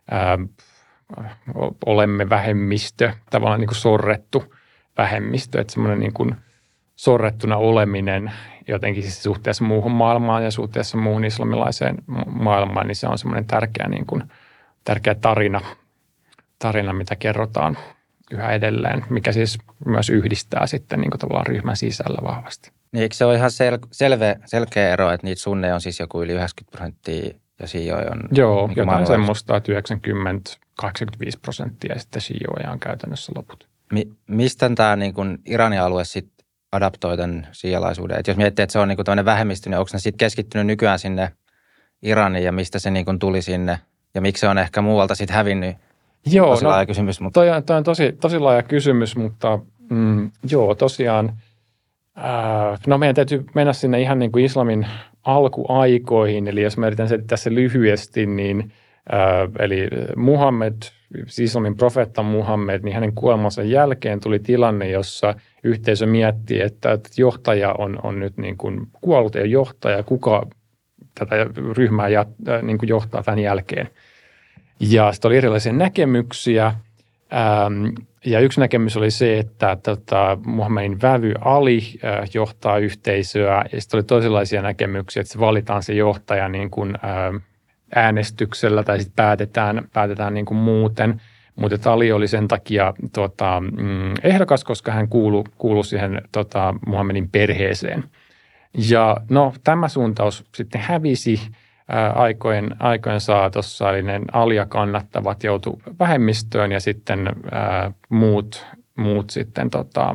olemme vähemmistö, tavallaan niin kuin sorrettu vähemmistö, että semmoinen niin kuin sorrettuna oleminen jotenkin siis suhteessa muuhun maailmaan ja suhteessa muuhun islamilaiseen maailmaan, niin se on semmoinen tärkeä tarina, mitä kerrotaan yhä edelleen, mikä siis myös yhdistää sitten niin kuin tavallaan ryhmän sisällä vahvasti. Niin eikö se ole ihan selkeä ero, että niitä sunneja on siis joku yli 90% ja shiioja on? Joo, niin jotain semmoista, että 90-85% ja sitten shiioja on käytännössä loput. Mistä tämä niin kuin Iranin alue sitten adaptoi tämän shialaisuuden? Et jos miettii, että se on niin kuin tämmöinen vähemmistö, niin onko ne sitten keskittynyt nykyään sinne Iraniin ja mistä se niin kuin tuli sinne ja miksi se on ehkä muualta sitten hävinnyt? Joo, tosi laaja kysymys. Mutta toi on tosi laaja kysymys, mutta joo, tosiaan meidän täytyy mennä sinne ihan niin kuin islamin alkuaikoihin, eli jos mä yritän selittää se lyhyesti, niin eli Muhammed, siis islamin profeetta Muhammed, niin hänen kuolemansa jälkeen tuli tilanne, jossa yhteisö miettii, että johtaja on nyt niin kuin kuollut ja johtaja, kuka tätä ryhmää niin kuin johtaa tämän jälkeen. Ja sitten oli erilaisia näkemyksiä. Ja yksi näkemys oli se, että Muhammedin vävy Ali johtaa yhteisöä. Ja sitten oli toisenlaisia näkemyksiä, että se valitaan se johtaja niin kuin äänestyksellä tai sitten päätetään niin kuin muuten. Mutta Ali oli sen takia ehdokas, koska hän kuului siihen Muhammedin perheeseen. Ja no tämä suuntaus sitten hävisi aikojen saatossa, eli ne Alia kannattavat joutu vähemmistöön ja sitten muut sitten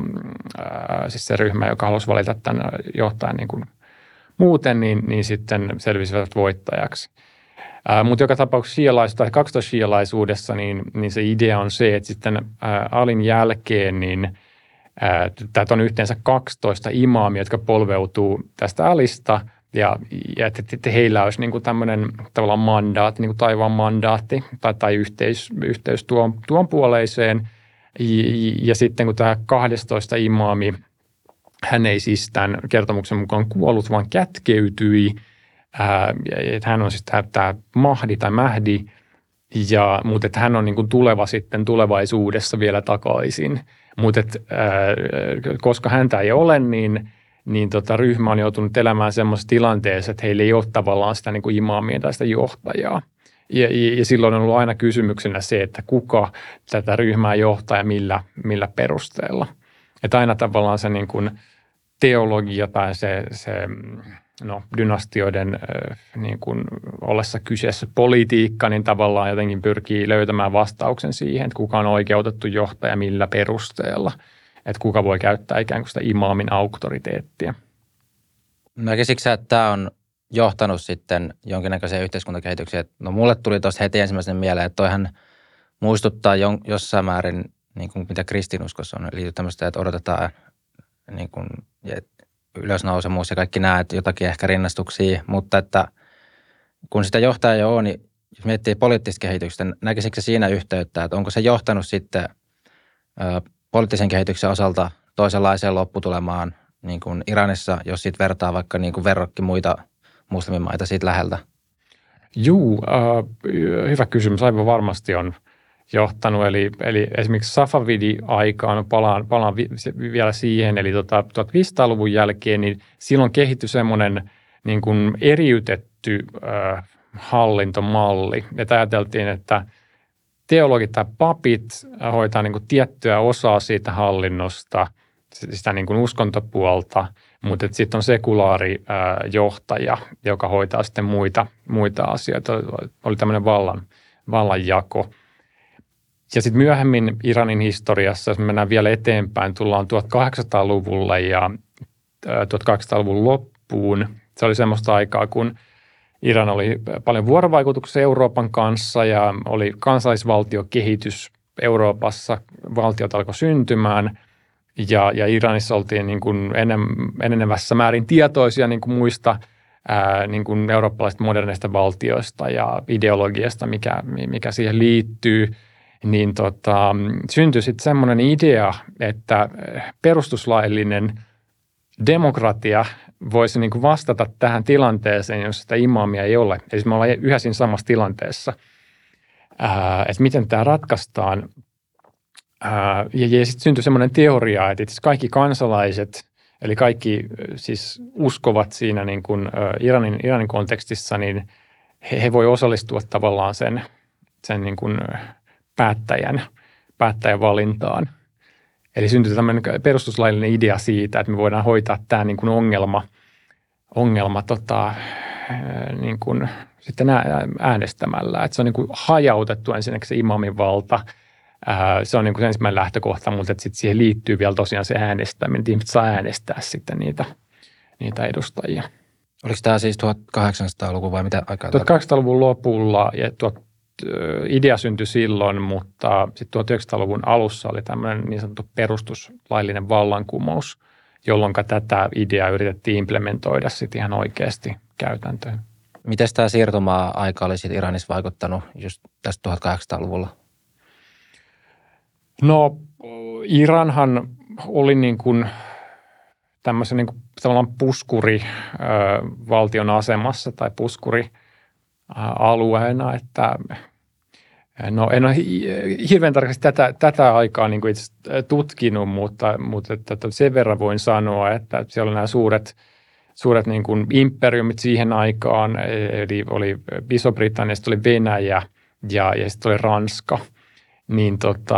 siis se ryhmä, joka halusi valita tämän johtajan niin kuin muuten, niin sitten selvisivät voittajaksi. Mutta joka tapauksessa tai 12 shialaisuudessa, niin se idea on se, että sitten Alin jälkeen, niin tätä on yhteensä 12 imaamia, jotka polveutuu tästä Alista, ja että heillä olisi niin kuin tämmöinen tavallaan mandaatti, niin kuin taivaan mandaatti tai yhteys tuon puoleiseen. Ja sitten kun tämä 12 imaami, hän ei siis tämän kertomuksen mukaan kuollut, vaan kätkeytyi. Että hän on siis tämä Mahdi tai Mähdi, mutta että hän on niin kuin tuleva sitten tulevaisuudessa vielä takaisin. Mutta koska häntä ei ole, niin ryhmä on joutunut elämään semmoisessa tilanteessa, että heillä ei ole tavallaan sitä niin kuin imaamia tai sitä johtajaa. Ja silloin on ollut aina kysymyksenä se, että kuka tätä ryhmää johtaa ja millä perusteella. Että aina tavallaan se niin kuin teologia tai se dynastioiden niin kuin ollessa kyseessä politiikka, niin tavallaan jotenkin pyrkii löytämään vastauksen siihen, että kuka on oikeutettu johtaja millä perusteella. Että kuka voi käyttää ikään kuin sitä imaamin auktoriteettia. Näkisikö sä, että tämä on johtanut sitten jonkinnäköiseen yhteiskuntakehitykseen? No mulle tuli tuossa heti ensimmäisen mieleen, että toihan muistuttaa jossain määrin, niin kuin mitä kristinuskossa on liittyy tämmöistä, että odotetaan niin kuin, ylösnousemus ja kaikki nämä, että jotakin ehkä rinnastuksia, mutta että kun sitä johtajaa jo on, niin jos miettii poliittista kehitystä, näkisikö se siinä yhteyttä, että onko se johtanut sitten poliittisen kehityksen osalta toisenlaiseen lopputulemaan niin kuin Iranissa, jos siitä vertaa vaikka niin kuin verrokki muita muslimimaita siitä läheltä? Hyvä kysymys. Aivan varmasti on johtanut. Eli esimerkiksi Safavidi-aikaan, palaan vielä siihen, eli 1500-luvun jälkeen, niin silloin kehittyi semmoinen niin kuin eriytetty hallintomalli. Että ajateltiin, että teologit tai papit hoitaa niin kuin tiettyä osaa siitä hallinnosta, sitä niin kuin uskontopuolta, mutta sitten on sekulaari johtaja, joka hoitaa sitten muita asioita. Oli tämmöinen vallanjako. Ja sitten myöhemmin Iranin historiassa, jos mennään vielä eteenpäin, tullaan 1800-luvulle ja 1800-luvun loppuun. Se oli semmoista aikaa, kun Iran oli paljon vuorovaikutuksessa Euroopan kanssa ja oli kansallisvaltiokehitys Euroopassa. Valtiot alkoi syntymään ja Iranissa oltiin niin kuin enenevässä määrin tietoisia niin kuin muista niin kuin eurooppalaisista moderneista valtioista ja ideologiasta, mikä siihen liittyy. Niin syntyi sitten semmoinen idea, että perustuslaillinen demokratia voisi niin kuin vastata tähän tilanteeseen, jos sitä imaamia ei ole. Eli me ollaan yhä siinä samassa tilanteessa, että miten tämä ratkaistaan. Ja sitten syntyi semmoinen teoria, että itse kaikki kansalaiset, eli kaikki siis uskovat siinä niin kuin Iranin kontekstissa, niin he voi osallistua tavallaan sen niin kuin päättäjän valintaan. Eli syntyi tämmöinen perustuslaillinen idea siitä, että me voidaan hoitaa tämä niin kuin ongelma niin kuin sitten äänestämällä. Että se on niin kuin hajautettu ensinnäkin se imamin valta. Se on niin kuin se ensimmäinen lähtökohta, mutta sitten siihen liittyy vielä tosiaan se äänestäminen, että ihmiset saa äänestää sitten niitä edustajia. Oliko tämä siis 1800-luku vai mitä aikaa? 1800-luvun lopulla ja idea syntyi silloin, mutta sitten 1900-luvun alussa oli tämmöinen niin sanottu perustuslaillinen vallankumous, jolloin tätä ideaa yritettiin implementoida sitten ihan oikeasti käytäntöön. Miten tämä siirtymäaika oli sitten Iranissa vaikuttanut just tästä 1800-luvulla? No Iranhan oli niin kuin tämmöisen niin kuin tavallaan puskuri valtion asemassa tai puskuri alueena, että no en ole hirveän tarkasti tätä aikaa niin kuin itse tutkinut, mutta että sen verran voin sanoa, että siellä oli nämä suuret niin kuin imperiumit siihen aikaan, eli oli Iso-Britannia, sitten oli Venäjä ja sitten oli Ranska, niin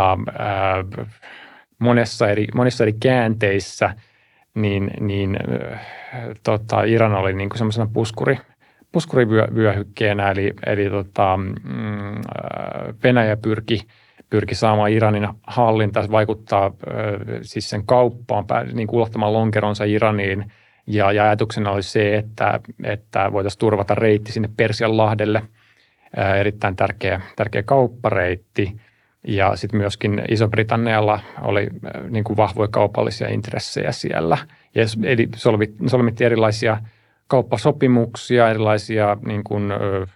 monessa eri käänteissä niin Iran oli niin kuin semmoisena puskurivyöhykkeenä, eli Venäjä pyrki saamaan Iranin hallintaan, vaikuttaa siis sen kauppaan, niin kuin ulottamaan lonkeronsa Iraniin, ja ajatuksena oli se, että voitaisiin turvata reitti sinne Persianlahdelle, erittäin tärkeä kauppareitti, ja sitten myöskin Iso-Britannialla oli niin kuin vahvoja kaupallisia intressejä siellä, eli solmittiin erilaisia kauppasopimuksia, erilaisia niin kuin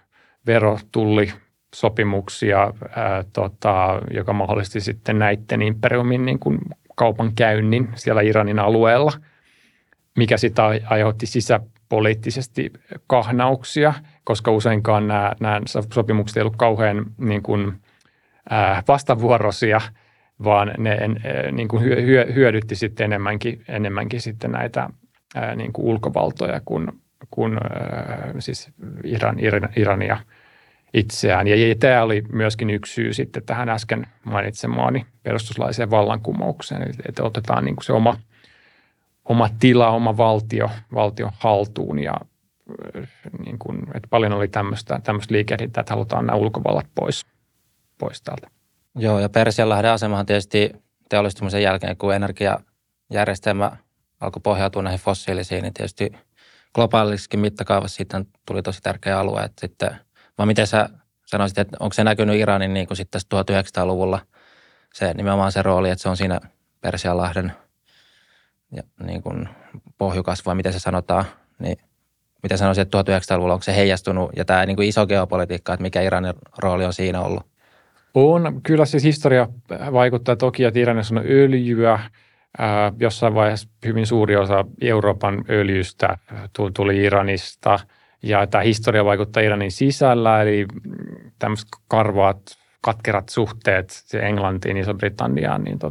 verotullisopimuksia, joka mahdollisti sitten näiden imperiumin niin kuin kaupankäynnin siellä Iranin alueella, mikä sitä aiheutti sisäpoliittisesti kahnauksia, koska useinkaan nämä sopimukset ei ollut kauhean niin kuin vastavuoroisia, vaan ne niin kuin hyödytti sitten enemmänkin sitten näitä niin kuin ulkovaltoja kuin siis Irania itseään. Ja tämä oli myöskin yksi syy sitten tähän äsken mainitsemaani perustuslaiseen vallankumoukseen, että otetaan niin kuin se oma tila, oma valtio haltuun ja niin kuin, että paljon oli tämmöistä liikehdintää, että halutaan nämä ulkovallat pois täältä. Joo, ja Persianlahden asemahan tietysti teollistumisen jälkeen, kun energiajärjestelmä alkoi pohjautua näihin fossiilisiin, niin tietysti globaalissakin mittakaavassa siitä tuli tosi tärkeä alue. Että sitten, vaan miten sä sanoisit, että onko se näkynyt Iranin niin kuin sitten tässä 1900-luvulla se nimenomaan se rooli, että se on siinä Persianlahden ja niin kuin pohjukasvua, miten se sanotaan, niin mitä sanoisin, että 1900-luvulla onko se heijastunut ja tämä niin kuin iso geopolitiikka, että mikä Iranin rooli on siinä ollut? On. Kyllä siis historia vaikuttaa toki, että Iranissa on öljyä. Jossain vaiheessa hyvin suuri osa Euroopan öljystä tuli Iranista. Ja tämä historia vaikuttaa Iranin sisällä, eli tämmöiset karvaat, katkerat suhteet Englantiin, Iso-Britanniaan, niin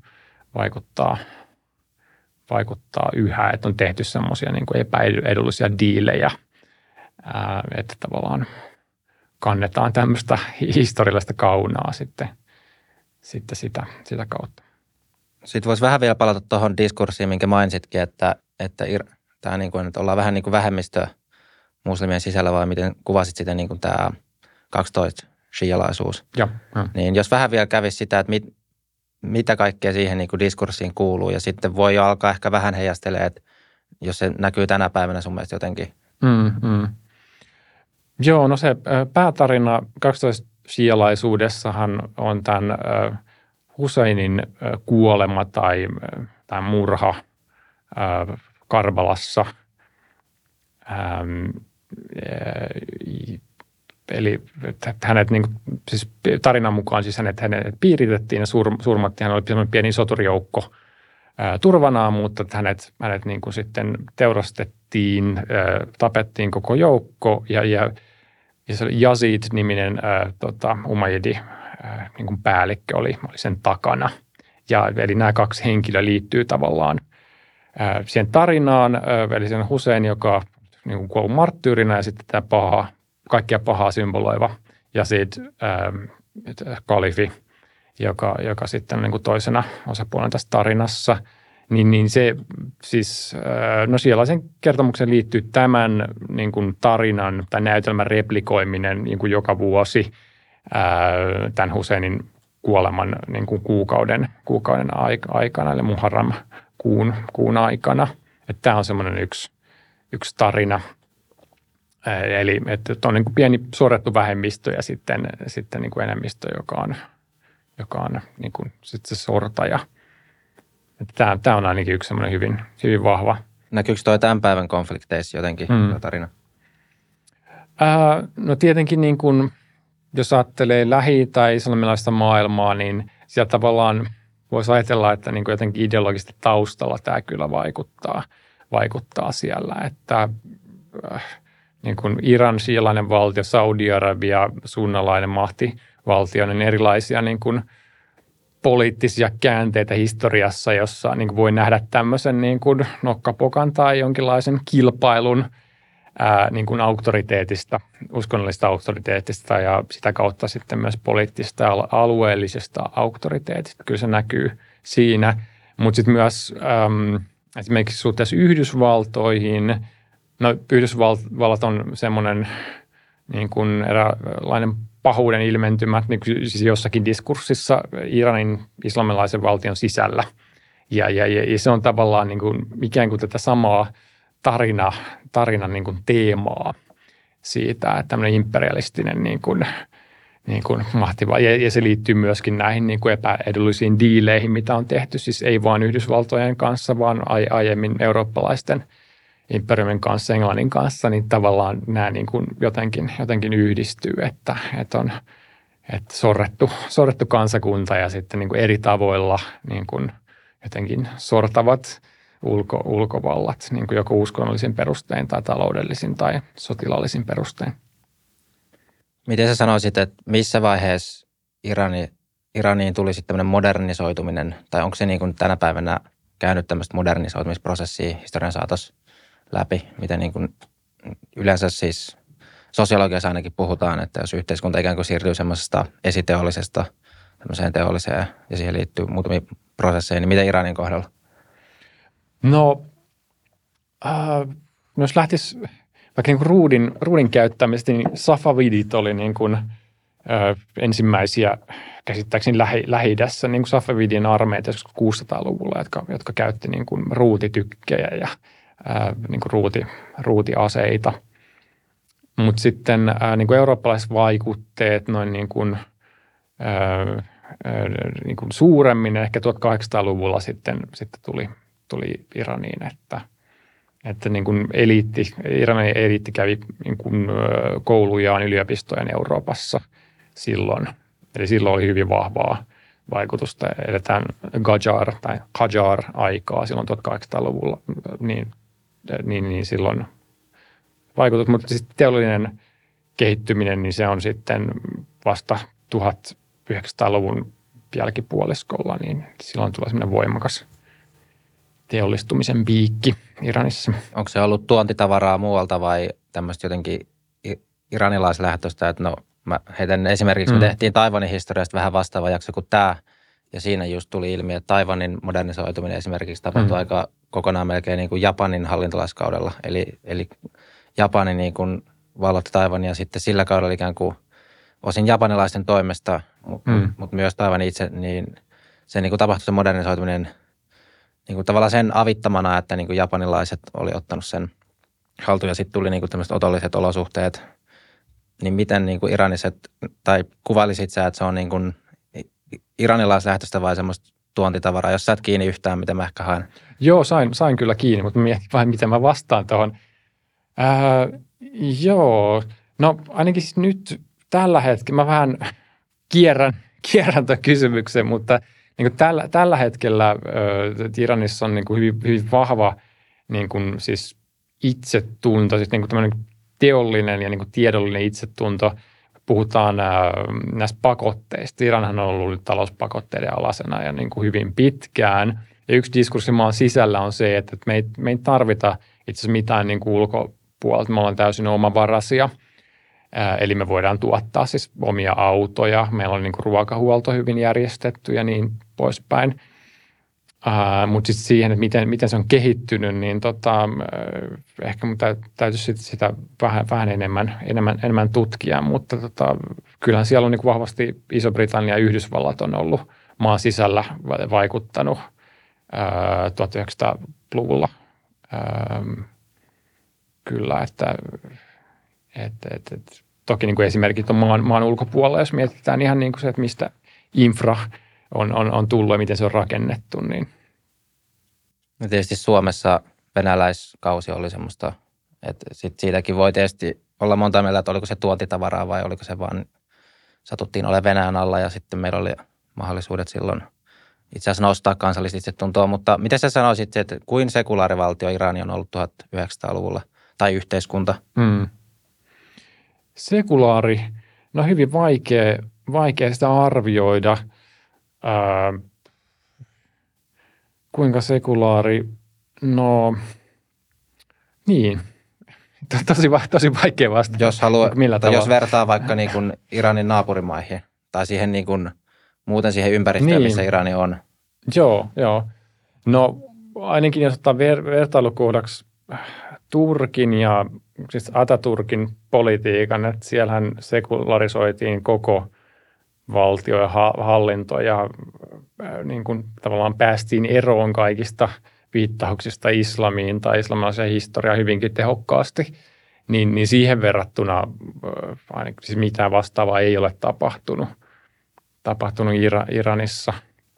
vaikuttaa yhä, että on tehty semmoisia niin kuin epäedullisia diilejä, että tavallaan kannetaan tämmöistä historiallista kaunaa sitten sitä kautta. Sitten voisi vähän vielä palata tuohon diskurssiin, minkä mainitsitkin, että tämä niin kuin, että ollaan vähän niin kuin vähemmistö muslimien sisällä, vai miten kuvasit sitä niin kuin tämä 12 shialaisuus. Ja. Niin jos vähän vielä kävisi sitä, että mitä kaikkea siihen niin kuin diskurssiin kuuluu, ja sitten voi jo alkaa ehkä vähän heijastelemaan, että jos se näkyy tänä päivänä sun mielestä jotenkin. Joo, no se päätarina 12 shialaisuudessahan on tämän Husseinin kuolema tai murha Karbalassa. Eli hänet, niin kuin, siis tarinan mukaan siis hänet piiritettiin ja surmattiin. Hän oli pieni soturijoukko turvanaan, mutta hänet niin kuin sitten teurastettiin, tapettiin koko joukko ja se Yazid-niminen Umayyadi niin kuin päällikkö oli sen takana. Eli nämä kaksi henkilöä liittyy tavallaan siihen tarinaan, eli sen Hussein, joka niin kuin kuollut marttyyrinä ja sitten tämä kaikkia pahaa symboloiva Yazid kalifi, joka sitten on niin kuin toisena osapuolena tässä tarinassa. Niin se siis, no sialaisen kertomuksen liittyy tämän niin kuin tarinan tai näytelmän replikoiminen niin kuin joka vuosi tämän Husseinin kuoleman niin kuin kuukauden aikana, eli Muharram kuun aikana. Että tämä on semmoinen yksi tarina. Eli että on niin kuin pieni sorrettu vähemmistö ja sitten niin kuin enemmistö, joka on niin kuin sitten se sortaja. Tämä on ainakin yksi semmoinen hyvin, hyvin vahva. Näkyykö toi tämän päivän konflikteissa jotenkin tarina? No tietenkin niin kuin, jos ajattelee lähi- tai islamilaista maailmaa, niin sieltä tavallaan voisi ajatella, että niin kuin jotenkin ideologisesti taustalla tämä kyllä vaikuttaa siellä. Että niin kuin Iran, shialainen valtio, Saudi-Arabia, sunnalainen mahtivaltio, niin erilaisia niin kuin poliittisia käänteitä historiassa, jossa niin kuin voi nähdä tämmöisen niin kuin nokkapokan tai jonkinlaisen kilpailun niin kuin auktoriteetista, uskonnollisesta auktoriteetista ja sitä kautta sitten myös poliittisesta ja alueellisesta auktoriteetista. Kyllä se näkyy siinä, mutta sitten myös esimerkiksi suhteessa Yhdysvaltoihin. No Yhdysvallat on semmoinen niin kuin eräänlainen pahuuden ilmentymä, niin kuin siis jossakin diskurssissa Iranin islamilaisen valtion sisällä. Ja se on tavallaan niin kuin, ikään kuin tätä samaa tarinan niin kuin teemaa siitä, että tämmöinen imperialistinen niin kuin mahtiva. Ja se liittyy myöskin näihin niin kuin epäedullisiin diileihin, mitä on tehty, siis ei vain Yhdysvaltojen kanssa, vaan aiemmin eurooppalaisten imperiumin kanssa, Englannin kanssa, niin tavallaan nämä niin kuin jotenkin yhdistyy, että on sorrettu kansakunta ja sitten niin kuin eri tavoilla niin kuin jotenkin sortavat ulkovallat, niin kuin joko uskonnollisin perustein tai taloudellisin tai sotilaallisin perustein. Miten sä sanoisit, että missä vaiheessa Iraniin tuli sitten tämmöinen modernisoituminen, tai onko se niin kuin tänä päivänä käynyt tämmöistä modernisoitumisprosessia historian saatossa läpi, miten niin kuin yleensä siis sosiologiassa ainakin puhutaan, että jos yhteiskunta ikään kuin siirtyy semmoisesta esiteollisesta tämmöiseen teolliseen ja siihen liittyy muutamia prosesseja, niin miten Iranin kohdalla? No jos lähtisi vaikka niin kuin ruudin käyttämistä, niin safavidit oli niin kuin ensimmäisiä käsittääkseni Lähi-idässä niin kuin safavidien armeijat joskus 600-luvulla, jotka käytti niin kuin ruutitykkejä ja niin kuin ruutiaseita. Mutta sitten niin kuin eurooppalaiset vaikutteet noin niin kuin suuremmin ehkä 1800-luvulla sitten tuli Iraniin, että niin kuin Iranin eliitti kävi niin kuin koulujaan yliopistojen Euroopassa silloin. Eli silloin oli hyvin vahvaa vaikutusta. Edetään Qajar-aikaa silloin 1800-luvulla, niin silloin vaikutus. Mutta sitten teollinen kehittyminen, niin se on sitten vasta 1900-luvun jälkipuoliskolla, niin silloin tulee semmoinen voimakas teollistumisen piikki Iranissa. Onko se ollut tuontitavaraa muualta vai tämmöistä jotenkin iranilaislähtöistä, että no mä heitän esimerkiksi, me tehtiin Taiwanin historiasta vähän vastaava jakso kuin tämä, ja siinä just tuli ilmi, että Taiwanin modernisoituminen esimerkiksi tapahtui aika kokonaan melkein niin kuin Japanin hallintolaiskaudella, eli Japani niin kuin valloitti Taiwania sitten sillä kaudella ikään kuin osin japanilaisten toimesta, mutta myös Taiwan itse, niin se niin kuin tapahtui se modernisoituminen niin kuin tavallaan sen avittamana, että niin kuin japanilaiset oli ottanut sen haltuun ja sitten tuli niin kuin tämmöiset otolliset olosuhteet. Niin miten niin kuin iraniset, tai kuvailisit sä, että se on niin kuin iranilaislähtöistä vai semmoista tuontitavaraa, jos sä et kiinni yhtään, mitä mä ehkä haen? Joo, sain kyllä kiinni, mutta mietin vähän, miten mä vastaan tuohon. Joo, no ainakin siis nyt tällä hetkellä, mä vähän kierrän tuon kysymyksen, mutta niin kuin tällä hetkellä Iranissa on niin kuin hyvin vahva niin kuin siis itsetunto, siis niin kuin tämmöinen teollinen ja niin kuin tiedollinen itsetunto. Puhutaan näistä pakotteista. Iranhan on ollut talouspakotteiden alasena ja niin kuin hyvin pitkään. Ja yksi diskurssi maan sisällä on se, että me ei tarvita itse asiassa mitään niin kuin ulkopuolelta. Me ollaan täysin omavaraisia. Eli me voidaan tuottaa siis omia autoja. Meillä on niin kuin ruokahuolto hyvin järjestetty ja niin poispäin. Mutta sitten siihen, että miten se on kehittynyt, niin ehkä mun täytyisi sitä vähän enemmän tutkia. Mutta kyllähän siellä on niin kuin vahvasti Iso-Britannia ja Yhdysvallat on ollut maan sisällä vaikuttanut 1900-luvulla. Kyllä, että toki niin kuin esimerkit on maan ulkopuolella, jos mietitään ihan niin kuin se, että mistä infra on tullut ja miten se on rakennettu. Niin. No tietysti Suomessa venäläiskausi oli semmoista, että siitäkin voi tietysti olla monta mieltä, että oliko se tuontitavaraa vai oliko se vaan, satuttiin olemaan Venäjän alla ja sitten meillä oli mahdollisuudet silloin itse asiassa nostaa kansallista itsetuntoa. Mutta miten sä sanoisit, että kuin sekulaarivaltio Irani on ollut 1900-luvulla tai yhteiskunta? Sekulaari, no hyvin vaikea sitä arvioida. Kuinka sekulaari? No, niin. Tosi vaikea vastata. Jos vertaa vaikka niin kuin Iranin naapurimaihin tai siihen niin kuin, muuten siihen ympäristöön, missä Irani on. Joo. No ainakin jos ottaa vertailukohdaksi Turkin ja siis Ataturkin politiikan, että siellähän sekularisoitiin koko valtio ja hallinto ja niin kuin tavallaan päästiin eroon kaikista viittauksista islamiin tai islamilaiseen historiaan hyvinkin tehokkaasti, niin siihen verrattuna ainakin siis mitään vastaavaa ei ole tapahtunut Iranissa.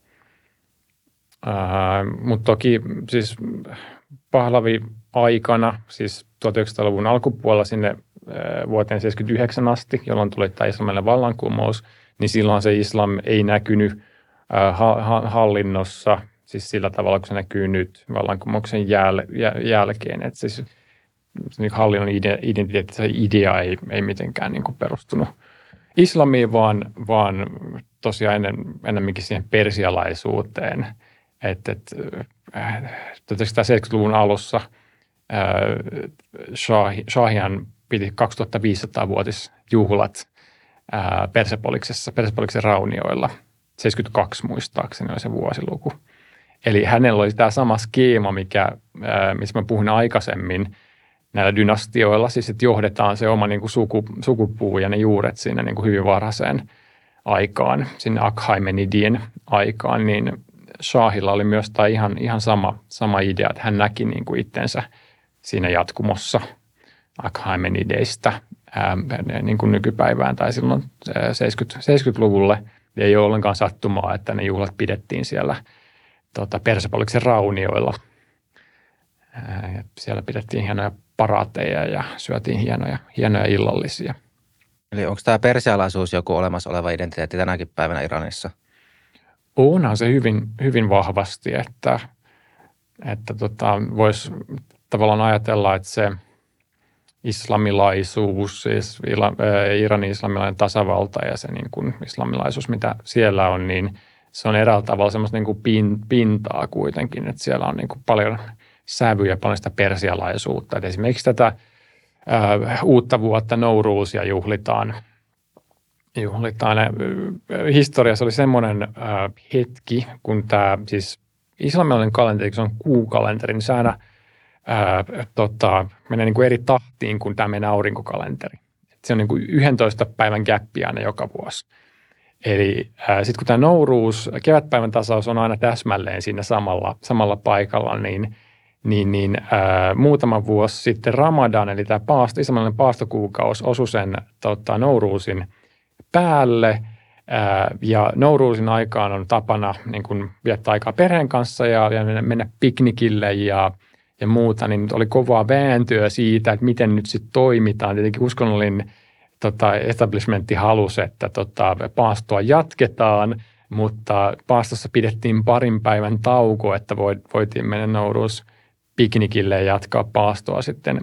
Mutta toki siis Pahlavi-aikana, siis 1900-luvun alkupuolella sinne vuoteen 1979 asti, jolloin tuli tämä islamilainen vallankumous, niin silloin se islam ei näkynyt hallinnossa siis sillä tavalla, kun se näkyy nyt vallankumouksen jälkeen. Että siis hallinnon identiteetti, se idea ei mitenkään niin kuin perustunut islamiin, vaan tosiaan enemmänkin siihen persialaisuuteen. Että 1970-luvun alussa Shahian piti 2500-vuotisjuhlat Persepoliksen raunioilla. 72 muistaakseni oli se vuosiluku. Eli hänellä oli tämä sama skeema, missä mä puhuin aikaisemmin näillä dynastioilla, siis että johdetaan se oma niin kuin sukupuu ja ne juuret siinä niin kuin hyvin varhaiseen aikaan, sinne Akhaimenidien aikaan, niin Shahilla oli myös tämä ihan sama idea, että hän näki niin kuin itsensä siinä jatkumossa Akhaimenideistä. niin kuin nykypäivään tai silloin 70-luvulle. Ei ole ollenkaan sattumaa, että ne juhlat pidettiin siellä Persepoliksen raunioilla. Ja siellä pidettiin hienoja paraateja ja syötiin hienoja illallisia. Eli onko tämä persialaisuus joku olemassa oleva identiteetti tänäkin päivänä Iranissa? Onhan se hyvin, hyvin vahvasti, että voisi tavallaan ajatella, että se islamilaisuus, siis Iranin islamilainen tasavalta ja se niin kuin islamilaisuus, mitä siellä on, niin se on eräällä tavalla semmoista niin kuin pintaa kuitenkin, että siellä on niin kuin paljon sävyjä, paljon sitä persialaisuutta. Et esimerkiksi tätä uutta vuotta Nowruzia juhlitaan. Historiassa oli semmoinen hetki, kun tämä siis islamilainen kalenteri, kun se on kuukalenteri, niin se aina menee niin kuin eri tahtiin kuin tämä meidän aurinkokalenteri. Se on niin kuin 11 päivän gäppi aina joka vuosi. Eli sitten kun tämä Nowruz, kevätpäivän tasaus on aina täsmälleen siinä samalla paikalla, niin muutama vuosi sitten Ramadan, eli tämä islamilainen paastokuukausi osui sen Nowruzin päälle. Ja Nowruzin aikaan on tapana niin kun viettää aikaa perheen kanssa ja mennä piknikille ja muuta, niin oli kovaa vääntöä siitä, että miten nyt sitten toimitaan. Tietenkin uskonnollinen establishmentti halusi, että paastoa jatketaan, mutta paastossa pidettiin parin päivän tauko, että voitiin mennä Nowruz piknikille ja jatkaa paastoa sitten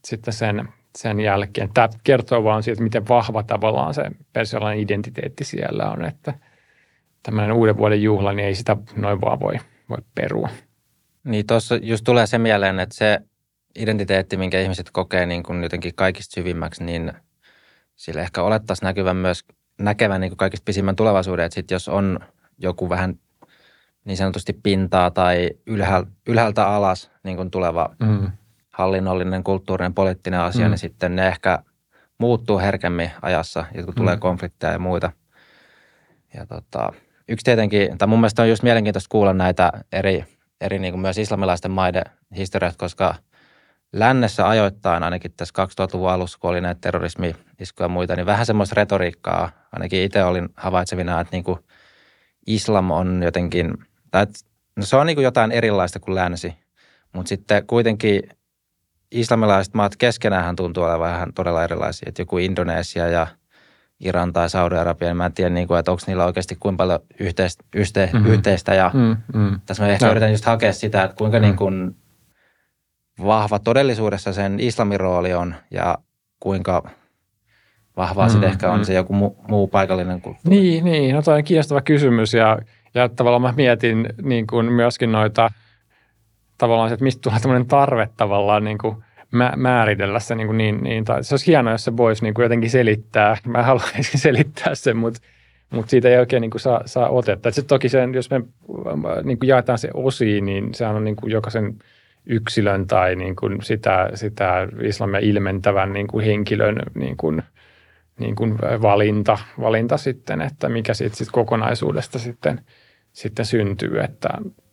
sen jälkeen. Tämä kertoo vaan siitä, miten vahva tavallaan se persialainen identiteetti siellä on, että tämmöinen uuden vuoden juhla, niin ei sitä noin vaan voi perua. Niin tuossa just tulee se mieleen, että se identiteetti, minkä ihmiset kokee niin kuin jotenkin kaikista syvimmäksi, niin sillä ehkä olettaisiin näkevän niin kuin kaikista pisimmän tulevaisuuden, että sitten jos on joku vähän niin sanotusti pintaa tai ylhäältä alas niin kuin tuleva hallinnollinen, kulttuurinen, poliittinen asia, niin sitten ne ehkä muuttuu herkemmin ajassa, kun tulee konflikteja ja muita. Ja yksi tietenkin, tai mun mielestä on just mielenkiintoista kuulla näitä eri niin kuin myös islamilaisten maiden historiat, koska lännessä ajoittain, ainakin tässä 2000-luvun alussa, kun oli näitä terrorismi-iskuja ja muita, niin vähän semmoista retoriikkaa, ainakin itse olin havaitsevina, että niin kuin islam on jotenkin, tai se on niin kuin jotain erilaista kuin länsi, mutta sitten kuitenkin islamilaiset maat keskenään tuntuu olevan vähän todella erilaisia, että joku Indonesia ja Iran tai Saudi-Arabia, niin mä en tiedä, niin kuin, että onko niillä oikeasti kuinka paljon yhteistä ja tässä mä ehkä yritän just hakea sitä, että kuinka niin kuin vahva todellisuudessa sen islamin rooli on ja kuinka vahvaa sitten ehkä on se joku muu paikallinen kulttuuri. Niin, no toi on kiinnostava kysymys ja tavallaan mä mietin niin kuin myöskin noita tavallaan se, että mistä tulee tämmöinen tarve tavallaan niin kuin määritellä se niin tai se olisi hienoa, jos se voisi niin kuin jotenkin selittää. Mä haluaisin selittää sen, mutta siitä ei oikein niin kuin saa otetta. Sitten toki sen, jos me niin kuin jaetaan se osiin, niin sehän on niin kuin jokaisen yksilön tai niin kuin sitä islamia ilmentävän niin kuin henkilön niin kuin valinta sitten, että mikä siitä kokonaisuudesta sitten syntyy, että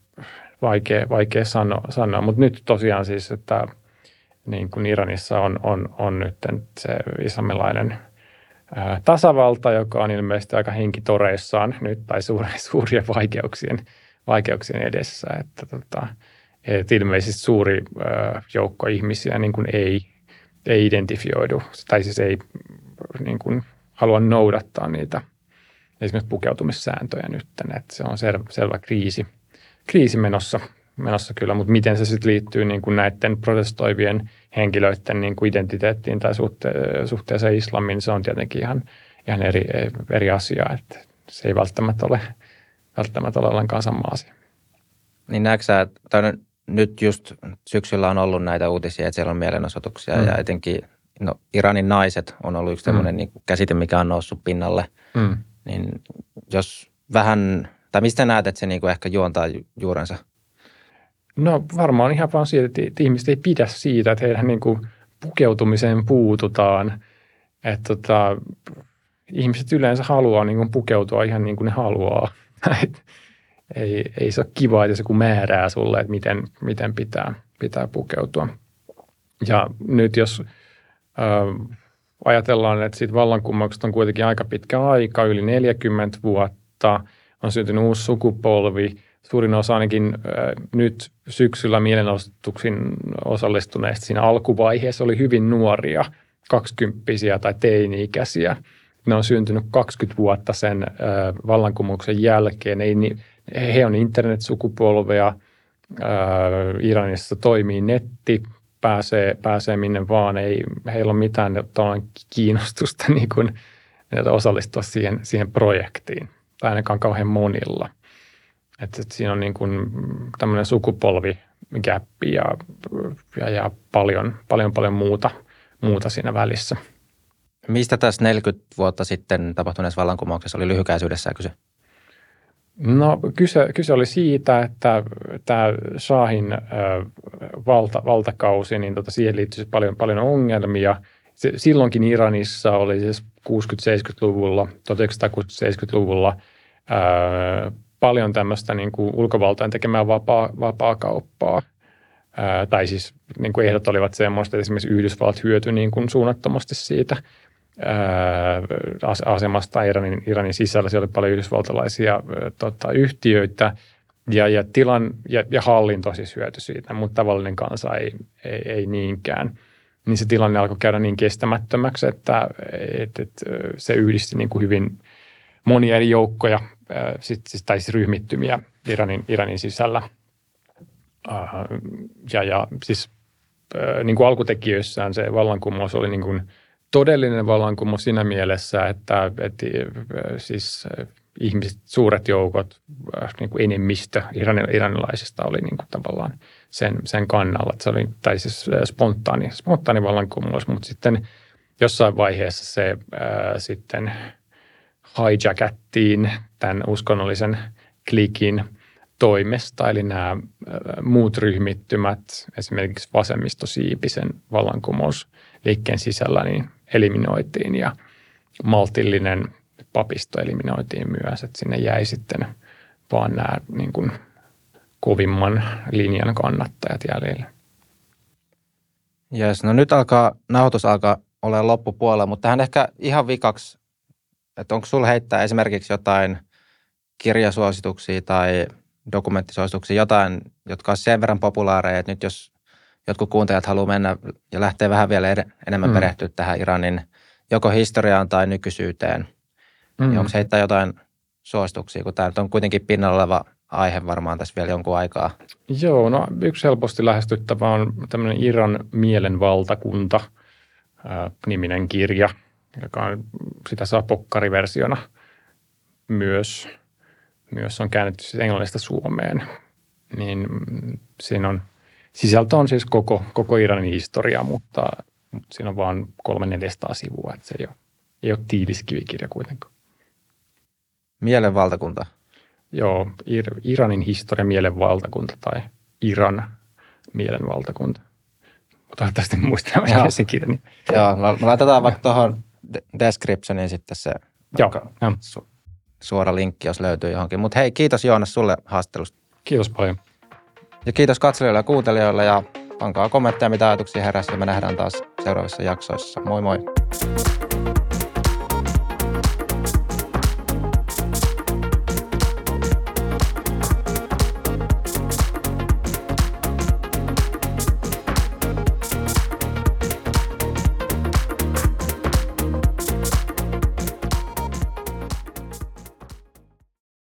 vaikea sanoa. Mutta nyt tosiaan siis, että niin kuin Iranissa on nyt se islamilainen tasavalta, joka on ilmeisesti aika henkitoreissaan nyt tai suurien vaikeuksien edessä, että ilmeisesti suuri joukko ihmisiä niin kuin ei identifioidu tai siis ei niin kuin halua noudattaa niitä esimerkiksi pukeutumissääntöjä nyt, että se on selvä kriisi menossa kyllä, mutta miten se sitten liittyy niin kuin näiden protestoivien henkilöiden niin kuin identiteettiin tai suhteeseen islamiin, se on tietenkin ihan eri asia, että se ei välttämättä ole ollenkaan sama asia. Niin näetkö sä, että nyt just syksyllä on ollut näitä uutisia, että siellä on mielenosoituksia ja etenkin Iranin naiset on ollut yksi tämmöinen niin kuin käsite, mikä on noussut pinnalle, niin jos vähän, tai mistä näet, että se niin kuin ehkä juontaa juurensa? No varmaan ihan vaan siitä, että ihmiset ei pidä siitä, että heidän niin kuin pukeutumiseen puututaan. Että ihmiset yleensä haluaa niin kuin pukeutua ihan niin kuin ne haluaa. Ei se ole kiva, että se kun määrää sulle, että miten pitää pukeutua. Ja nyt jos ajatellaan, että siitä vallankumouksesta on kuitenkin aika pitkä aika, yli 40 vuotta, on syntynyt uusi sukupolvi. Suurin osa ainakin nyt syksyllä mielenosoituksiin osallistuneista siinä alkuvaiheessa oli hyvin nuoria, 20-vuotiaita tai teini-ikäisiä. Ne on syntynyt 20 vuotta sen vallankumouksen jälkeen. He on internet-sukupolvea, Iranissa toimii netti, pääsee minne vaan, ei heillä ole mitään kiinnostusta niin kuin, osallistua siihen projektiin, tai ainakaan kauhean monilla. Että siinä on niin kuin tämmöinen sukupolvigäppi ja paljon muuta siinä välissä. Mistä tässä 40 vuotta sitten tapahtuneessa vallankumouksessa oli lyhykäisyydessään kyse? No kyse oli siitä, että tämä Shahin valtakausi, niin siihen liittyisi paljon ongelmia. Silloinkin Iranissa oli siis 60-70-luvulla, 1960-70-luvulla paljon tämmöistä niin kuin ulkovaltain tekemää vapaakauppaa. Tai siis niin kuin ehdot olivat semmoista, että esimerkiksi Yhdysvallat hyötyi niin kuin suunnattomasti siitä asemasta Iranin sisällä. Siellä oli paljon yhdysvaltalaisia yhtiöitä ja hallinto siis hyötyi siitä, mutta tavallinen kansa ei niinkään. Niin se tilanne alkoi käydä niin kestämättömäksi, että se yhdisti niin kuin hyvin monia eri joukkoja tai siis ryhmittymiä Iranin sisällä. Siis niin kuin alkutekijöissään se vallankumous oli niin kuin todellinen vallankumous siinä mielessä, että siis ihmiset, suuret joukot, niin kuin enemmistö iranilaisista oli niin kuin tavallaan sen kannalla. Että se oli tai siis spontaani vallankumous, mutta sitten jossain vaiheessa se sitten hijackattiin tämän uskonnollisen klikin toimesta, eli nämä muut ryhmittymät, esimerkiksi vasemmistosiipisen vallankumousliikkeen sisällä, niin eliminoitiin ja maltillinen papisto eliminoitiin myös, että sinne jäi sitten vaan nämä niin kuin kovimman linjan kannattajat jäljellä. Jes, no nyt nauhoitus alkaa olla loppupuolella, mutta tähän ehkä ihan vikaksi, että onko sulla heittää esimerkiksi jotain kirjasuosituksia tai dokumenttisuosituksia, jotain, jotka on sen verran populaareja, että nyt jos jotkut kuuntelijat haluaa mennä ja lähteä vähän vielä enemmän perehtyä tähän Iranin joko historiaan tai nykyisyyteen, niin onko heittää jotain suosituksia, kun tämä nyt on kuitenkin pinnalla oleva aihe varmaan tässä vielä jonkun aikaa? Joo, no yksi helposti lähestyttävä on tämmöinen Iran mielenvaltakunta niminen kirja, joka on, sitä saa pokkariversiona myös on käännetty siis englannista suomeen. Niin siinä on, sisältö on siis koko Iranin historia, mutta siinä on vain 300-400 sivua, että se ei ole tiivis kivikirja kuitenkaan. Mielenvaltakunta? Joo, Iranin historia mielenvaltakunta tai Iran mielenvaltakunta. Toivottavasti muistan sen kirjan. Joo, me laitetaan vaikka tuohon descriptioniin sitten se suora linkki, jos löytyy johonkin. Mutta hei, kiitos Joonas sulle haastattelusta. Kiitos paljon. Ja kiitos katselijoille ja kuuntelijoille ja pankaa kommentteja, mitä ajatuksia heräsi ja me nähdään taas seuraavissa jaksoissa. Moi moi!